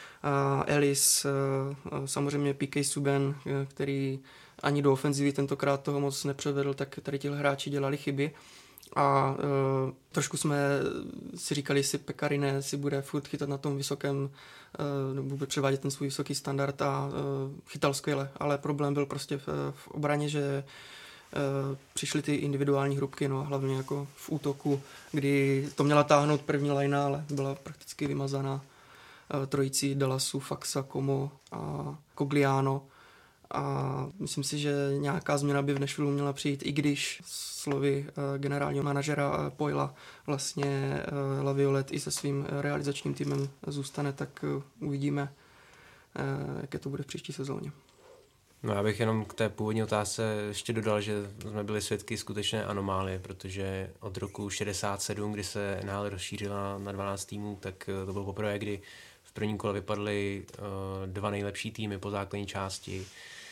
[SPEAKER 6] Ellis, samozřejmě P K Subban, který ani do ofenzivy tentokrát toho moc nepřevedl, tak tady ti hráči dělali chyby. A uh, trošku jsme si říkali, jestli Pekarine si bude furt chytat na tom vysokém, uh, bude převádět ten svůj vysoký standard a uh, chytal skvěle, ale problém byl prostě v, v obraně, že uh, přišly ty individuální hrubky, no a hlavně jako v útoku, kdy to měla táhnout první lajna, ale byla prakticky vymazaná uh, trojicí Dallasu, Faxa, Como a Cogliano. A myslím si, že nějaká změna by v Nashville měla přijít, i když slovy uh, generálního manažera uh, Poila vlastně uh, Laviolette i se svým realizačním týmem zůstane, tak uh, uvidíme, uh, jaké to bude v příští sezóně.
[SPEAKER 7] No já bych jenom k té původní otázce ještě dodal, že jsme byli svědky skutečné anomálie, protože od roku šedesát sedm, kdy se N H L rozšířila na dvanáct týmů, tak to bylo poprvé, kdy v prvním kole vypadly uh, dva nejlepší týmy po základní části.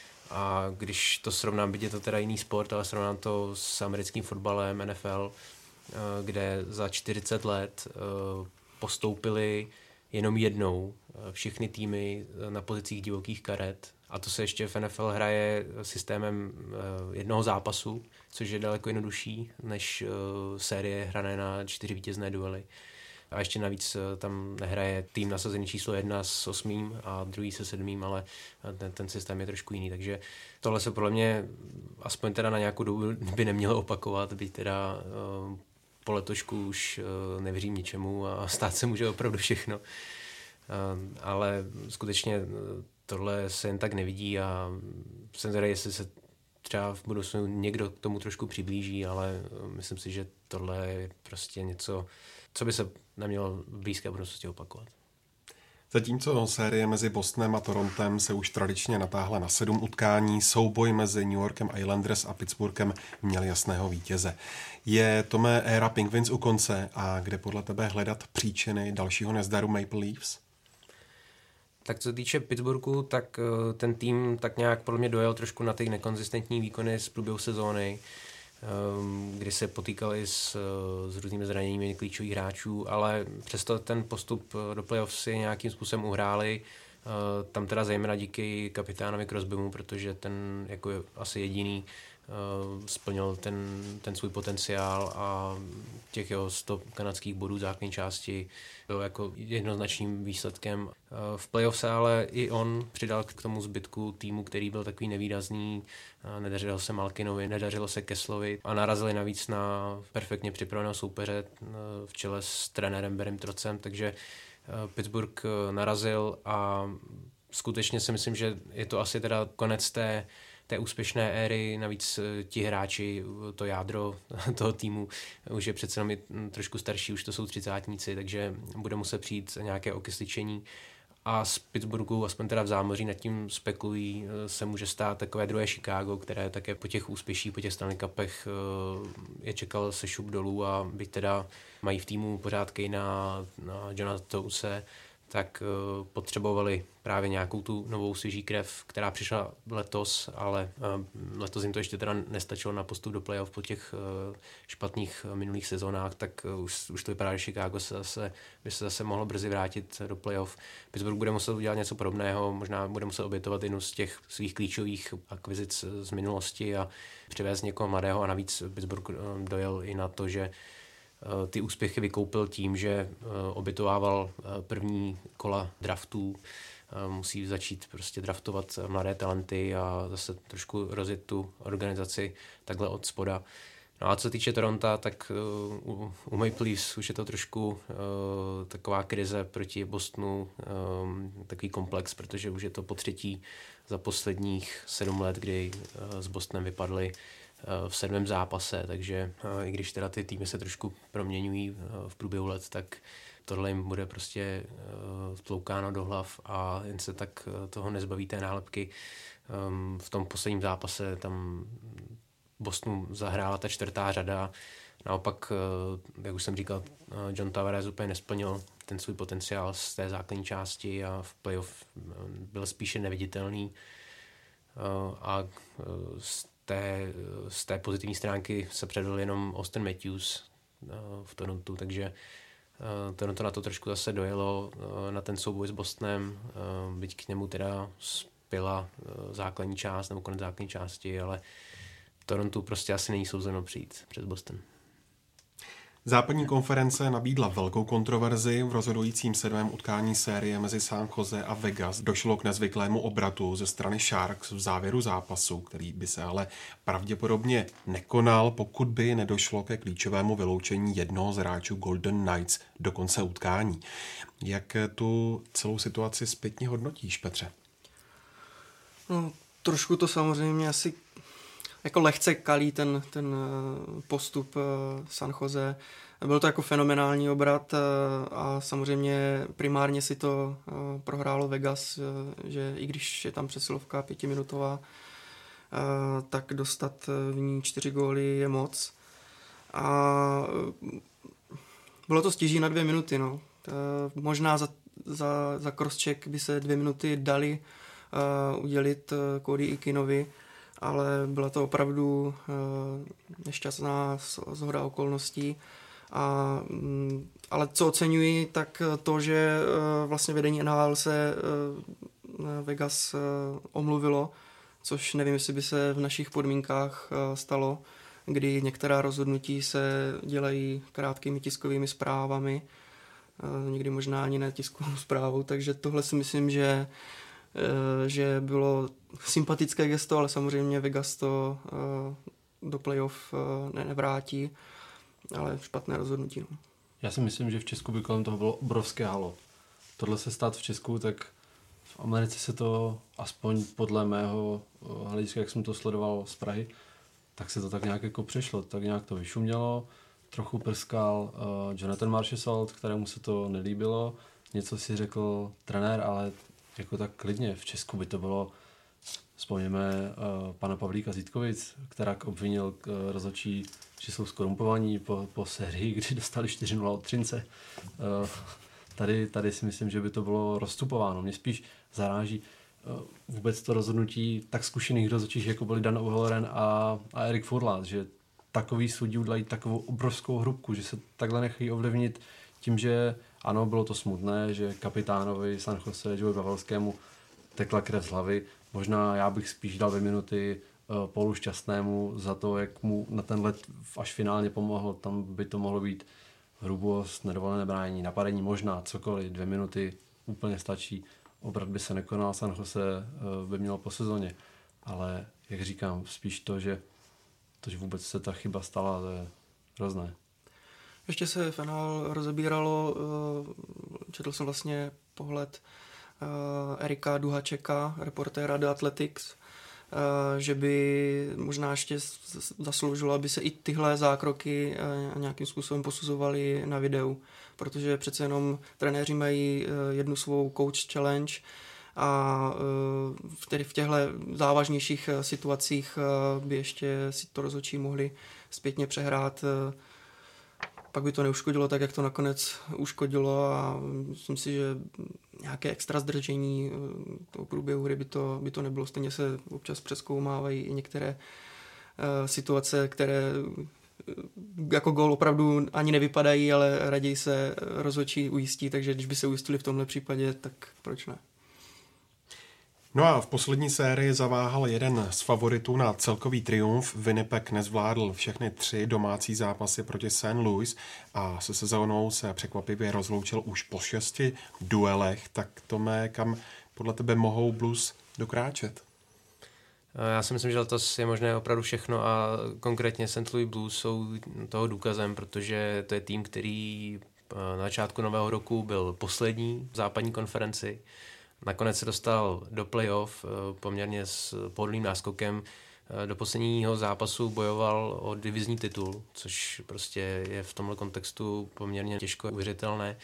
[SPEAKER 7] A když to srovnám, byť je to teda jiný sport, ale srovnám to s americkým fotbalem N F L, uh, kde za čtyřicet let uh, postoupili jenom jednou uh, všechny týmy na pozicích divokých karet. A to se ještě v N F L hraje systémem uh, jednoho zápasu, což je daleko jednodušší než uh, série hrané na čtyři vítězné duely. A ještě navíc tam nehraje tým nasazený číslo jedna s osmým a druhý se sedmým, ale ten, ten systém je trošku jiný. Takže tohle se podle mě aspoň teda na nějakou dobu by nemělo opakovat, byť teda uh, po letošku už uh, nevěřím ničemu a stát se může opravdu všechno. Uh, ale skutečně tohle se jen tak nevidí a jsem teda, jestli se třeba v budoucnu někdo k tomu trošku přiblíží, ale myslím si, že tohle je prostě něco, co by se nemělo v blízké budoucnosti opakovat.
[SPEAKER 4] Zatímco série mezi Bostonem a Torontem se už tradičně natáhla na sedm utkání, souboj mezi New Yorkem Islanders a Pittsburghem měl jasného vítěze. Je Tome éra Penguins u konce a kde podle tebe hledat příčiny dalšího nezdaru Maple Leafs?
[SPEAKER 7] Tak co se týče Pittsburghu, tak ten tým tak nějak podle mě dojel trošku na ty nekonzistentní výkony z průběhu sezóny. kdy se potýkali s, s různými zraněními klíčových hráčů, ale přesto ten postup do playoff si nějakým způsobem uhráli. Tam teda zejména díky kapitánovi Crosbymu, protože ten jako je asi jediný splnil ten, ten svůj potenciál a těch jeho sto kanadských bodů základní části bylo jako jednoznačným výsledkem. V playoff se ale i on přidal k tomu zbytku týmu, který byl takový nevýrazný. Nedařilo se Malkinovi, nedařilo se Kesslovi a narazili navíc na perfektně připraveného soupeře v čele s trenérem Barrym Trotzem, takže Pittsburgh narazil a skutečně si myslím, že je to asi teda konec té té úspěšné éry, navíc ti hráči, to jádro toho týmu už je přece jenom trošku starší, už to jsou třicátníci, takže bude muset přijít nějaké okysličení a z Pittsburghu, aspoň teda v zámoří nad tím spekulují, se může stát takové druhé Chicago, které také po těch úspěších, po těch Stanley Cupech je čekal se šup dolů a byť teda mají v týmu pořád Kanea, na Johna Touse, tak uh, potřebovali právě nějakou tu novou svěží krev, která přišla letos, ale uh, letos jim to ještě teda nestačilo na postup do playoff po těch uh, špatných uh, minulých sezónách, tak uh, už, už to vypadá, že Chicago se zase, by se zase mohlo brzy vrátit do playoff. Pittsburgh bude muset udělat něco podobného, možná bude muset obětovat jednu z těch svých klíčových akvizic z minulosti a přivést někoho mladého a navíc Pittsburgh uh, dojel i na to, že ty úspěchy vykoupil tím, že obětovával první kola draftů, musí začít prostě draftovat mladé talenty a zase trošku rozjet tu organizaci takhle od spoda. No a co se týče Toronto, tak u, u Maple Leafs už je to trošku uh, taková krize proti Bostonu, um, takový komplex, protože už je to po třetí za posledních sedm let, kdy uh, s Bostonem vypadli v sedmém zápase, takže i když teda ty týmy se trošku proměňují v průběhu let, tak tohle jim bude prostě vtloukáno do hlav a jen se tak toho nezbaví té nálepky. V tom posledním zápase tam Bostonu zahrála ta čtvrtá řada. Naopak, jak už jsem říkal, John Tavares úplně nesplnil ten svůj potenciál z té základní části a v playoff byl spíše neviditelný a z té, z té pozitivní stránky se předvedl jenom Austin Matthews v Torontu, takže Toronto na to trošku zase dojelo na ten souboj s Bostonem, byť k němu teda spěla základní část nebo konec základní části, ale Torontu prostě asi není souzeno přijít před Boston.
[SPEAKER 4] Západní konference nabídla velkou kontroverzi. V rozhodujícím sedmém utkání série mezi San Jose a Vegas došlo k nezvyklému obratu ze strany Sharks v závěru zápasu, který by se ale pravděpodobně nekonal, pokud by nedošlo ke klíčovému vyloučení jednoho z hráčů Golden Knights do konce utkání. Jak tu celou situaci zpětně hodnotíš, Petře?
[SPEAKER 6] No, trošku to samozřejmě asi jako lehce kalí ten, ten postup San Jose. Byl to jako fenomenální obrat a samozřejmě primárně si to prohrálo Vegas, že i když je tam přesilovka pětiminutová, tak dostat v ní čtyři góly je moc. A bylo to stěží na dvě minuty. No. Možná za, za, za crosscheck by se dvě minuty dali udělit Cody Eakinovi, ale byla to opravdu uh, nešťastná shoda okolností. A, um, ale co oceňuji, tak to, že uh, vlastně vedení N H L se uh, Vegas uh, omluvilo, což nevím, jestli by se v našich podmínkách uh, stalo, kdy některá rozhodnutí se dělají krátkými tiskovými zprávami, uh, někdy možná ani ne tiskovou zprávou, takže tohle si myslím, že že bylo sympatické gesto, ale samozřejmě Vegas to do playoff nevrátí, ale špatné rozhodnutí. No.
[SPEAKER 5] Já si myslím, že v Česku by kolem toho bylo obrovské halo. Tohle se stát v Česku, tak v Americe se to, aspoň podle mého hlediska, jak jsem to sledoval z Prahy, tak se to tak nějak jako přešlo, tak nějak to vyšumělo, trochu prskal uh, Jonathan Marchessault, kterému se to nelíbilo, něco si řekl trenér, ale jako tak klidně. V Česku by to bylo, vzpomněme uh, pana Pavlíka Zítkovic, která obvinil uh, rozhodčí, že jsou skorumpovaní po, po sérii, kdy dostali čtyři nula od Třince. Uh, tady, tady si myslím, že by to bylo rozstupováno. Mě spíš zaráží uh, vůbec to rozhodnutí tak zkušených rozhodčích, jako byli Dan O'Halloran a, a Erik Furlas, že takový sudí udělají takovou obrovskou hrubku, že se takhle nechají ovlivnit tím, že ano, bylo to smutné, že kapitánovi San Jose, Joey Pavelskému tekla krev z hlavy. Možná já bych spíš dal dvě minuty uh, Paulu Šťastnému za to, jak mu na ten let až finálně pomohl. Tam by to mohlo být hrubost, nedovolené bránění, napadení, možná cokoliv. Dvě minuty úplně stačí. Obrat by se nekonal, San Jose uh, by mělo po sezóně. Ale jak říkám, spíš to, že, to, že vůbec se ta chyba stala, to je hrozné.
[SPEAKER 6] Ještě se finál rozebíralo, četl jsem vlastně pohled Erika Duhačeka, reportéra The Athletics, že by možná ještě zasloužilo, aby se i tyhle zákroky nějakým způsobem posuzovaly na videu, protože přece jenom trenéři mají jednu svou coach challenge a v těchto závažnějších situacích by ještě si to rozhodčí mohli zpětně přehrát. Pak by to neuškodilo tak, jak to nakonec uškodilo a myslím si, že nějaké extra zdržení toho průběhu hry by to, by to nebylo. Stejně se občas přezkoumávají i některé uh, situace, které jako gól opravdu ani nevypadají, ale raději se rozhodčí ujistí, takže když by se ujistili v tomhle případě, tak proč ne?
[SPEAKER 4] No a v poslední sérii zaváhal jeden z favoritů na celkový triumf. Winnipeg nezvládl všechny tři domácí zápasy proti Saint Louis a se sezónou se překvapivě rozloučil už po šesti duelech. Tak Tome, kam podle tebe mohou Blues dokráčet?
[SPEAKER 7] Já si myslím, že letos je možné opravdu všechno a konkrétně Saint Louis Blues jsou toho důkazem, protože to je tým, který na začátku nového roku byl poslední v západní konferenci. Nakonec se dostal do playoff poměrně s pohodlným náskokem. Do posledního zápasu bojoval o divizní titul, což prostě je v tomhle kontextu poměrně těžko uvěřitelné.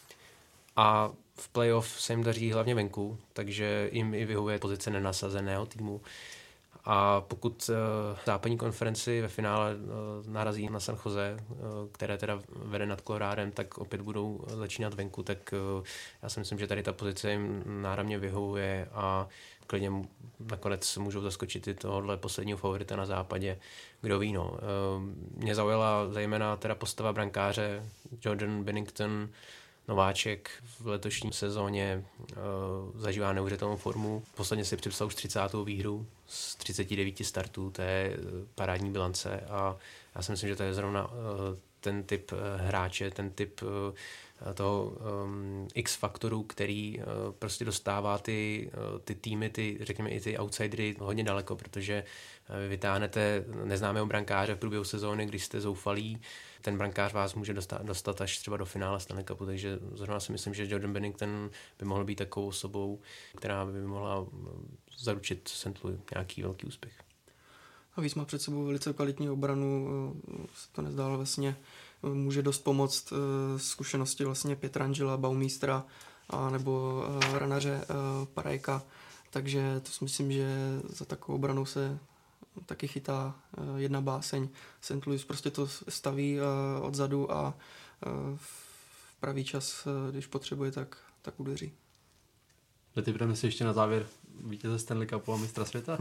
[SPEAKER 7] A v playoff se jim daří hlavně venku, takže jim i vyhovuje pozice nenasazeného týmu. A pokud uh, západní konferenci ve finále uh, narazí na San Jose, uh, které teda vede nad Colorádem, tak opět budou začínat venku, tak uh, já si myslím, že tady ta pozice jim náramně vyhovuje a klidně nakonec můžou zaskočit i tohohle posledního favorita na západě. Kdo ví, no. Uh, mě zaujala zejména teda postava brankáře Jordan Binnington, nováček v letošní sezóně, uh, zažívá neuvěřitelnou formu. Posledně si připsal už třicátou výhru z třiceti devíti startů, to je parádní bilance a já si myslím, že to je zrovna uh, ten typ uh, hráče, ten typ uh, toho um, X-faktoru, který uh, prostě dostává ty, uh, ty týmy, ty, řekněme i ty outsidery hodně daleko, protože uh, vytáhnete neznámého brankáře v průběhu sezóny, když jste zoufalí, ten brankář vás může dostat, dostat až třeba do finále Stanley Cupu, takže zrovna si myslím, že Jordan Binnington by mohl být takovou osobou, která by mohla zaručit Saint Louis nějaký velký úspěch.
[SPEAKER 6] A víc má před sebou velice kvalitní obranu, se to nezdálo vlastně, může dost pomoct zkušenosti vlastně Pietrangela, Baumístra a nebo ranaře Parajka, takže to si myslím, že za takovou obranou se taky chytá jedna báseň. Saint Louis prostě to staví odzadu a v pravý čas, když potřebuje, tak, tak udeří.
[SPEAKER 5] Typneme si ještě na závěr vítěze Stanley Cupu a mistra světa?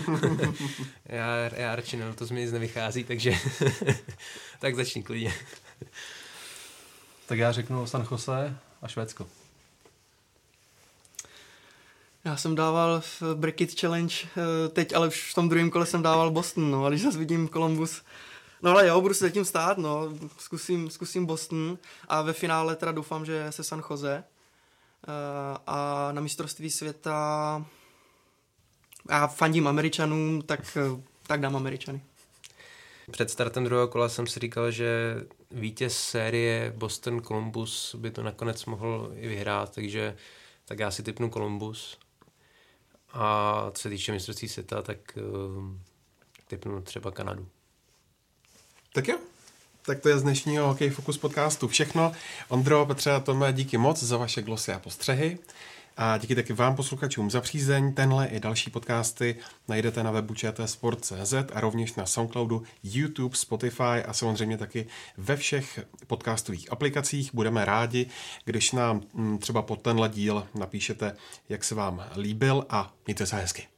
[SPEAKER 7] já, já radši ne, to z mě nic nevychází, takže tak začni klidně.
[SPEAKER 5] Tak já řeknu San Jose a Švédsko.
[SPEAKER 6] Já jsem dával v Bracket Challenge teď, ale už v tom druhém kole jsem dával Boston, no, a když zase vidím Columbus, no ale jo, budu se zatím stát, no, zkusím, zkusím Boston a ve finále teda doufám, že se San Jose a na mistrovství světa já fandím Američanům, tak, tak dám Američany.
[SPEAKER 7] Před startem druhého kola jsem si říkal, že vítěz série Boston Columbus by to nakonec mohl i vyhrát, takže tak já si tipnu Columbus. A co se týče mistrovství světa, tak uh, tipnu třeba Kanadu.
[SPEAKER 4] Tak jo. Tak to je z dnešního Hokej Focus podcastu všechno. Ondro, Petře a Tome, díky moc za vaše glosy a postřehy. A díky taky vám, posluchačům, za přízeň. Tenhle i další podcasty najdete na webu č t sport tečka cé zet a rovněž na Soundcloudu, YouTube, Spotify a samozřejmě taky ve všech podcastových aplikacích. Budeme rádi, když nám třeba pod tenhle díl napíšete, jak se vám líbil, a mějte se hezky.